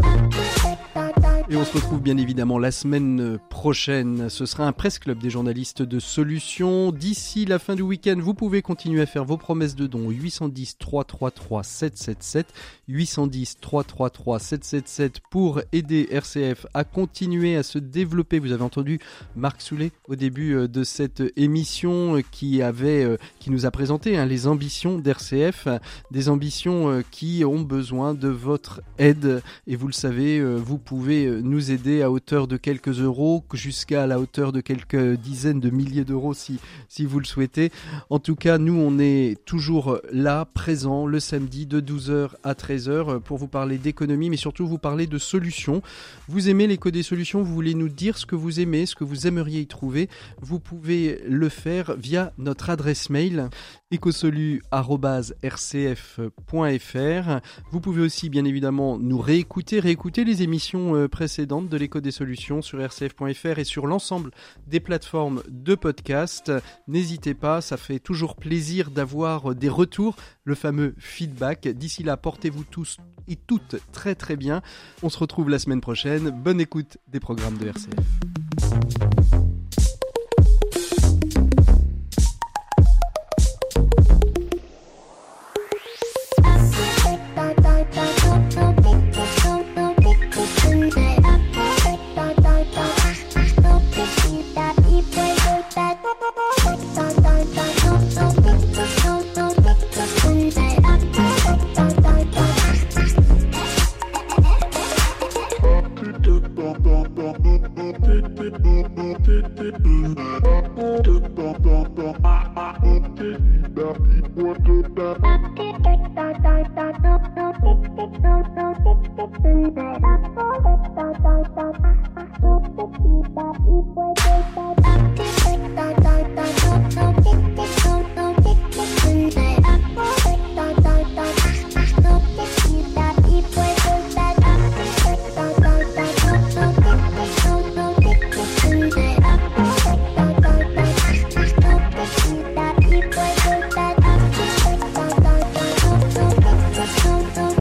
B: Et on se retrouve bien évidemment la semaine prochaine. Ce sera un presse club des journalistes de Solutions. D'ici la fin du week-end, vous pouvez continuer à faire vos promesses de dons. huit un zéro, trois trois trois, sept sept sept. huit un zéro, trois trois trois, sept sept sept pour aider R C F à continuer à se développer. Vous avez entendu Marc Soulet au début de cette émission qui avait, qui nous a présenté hein, les ambitions d'R C F. Des ambitions qui ont besoin de votre aide. Et vous le savez, vous pouvez nous aider à hauteur de quelques euros jusqu'à la hauteur de quelques dizaines de milliers d'euros si, si vous le souhaitez. En tout cas, nous, on est toujours là, présents, le samedi de douze heures à treize heures pour vous parler d'économie, mais surtout vous parler de solutions. Vous aimez l'écho des solutions, vous voulez nous dire ce que vous aimez, ce que vous aimeriez y trouver. Vous pouvez le faire via notre adresse mail ecosolu arobase r c f point f r. Vous pouvez aussi, bien évidemment, nous réécouter, réécouter les émissions euh, précédentes de l'écho des solutions sur r c f point f r et sur l'ensemble des plateformes de podcast. N'hésitez pas, ça fait toujours plaisir d'avoir des retours, le fameux feedback. D'ici là, portez-vous tous et toutes très très bien. On se retrouve la semaine prochaine. Bonne écoute des programmes de R C F.
J: Boom, boom, boom, boom, boom, boom, boom. Bye.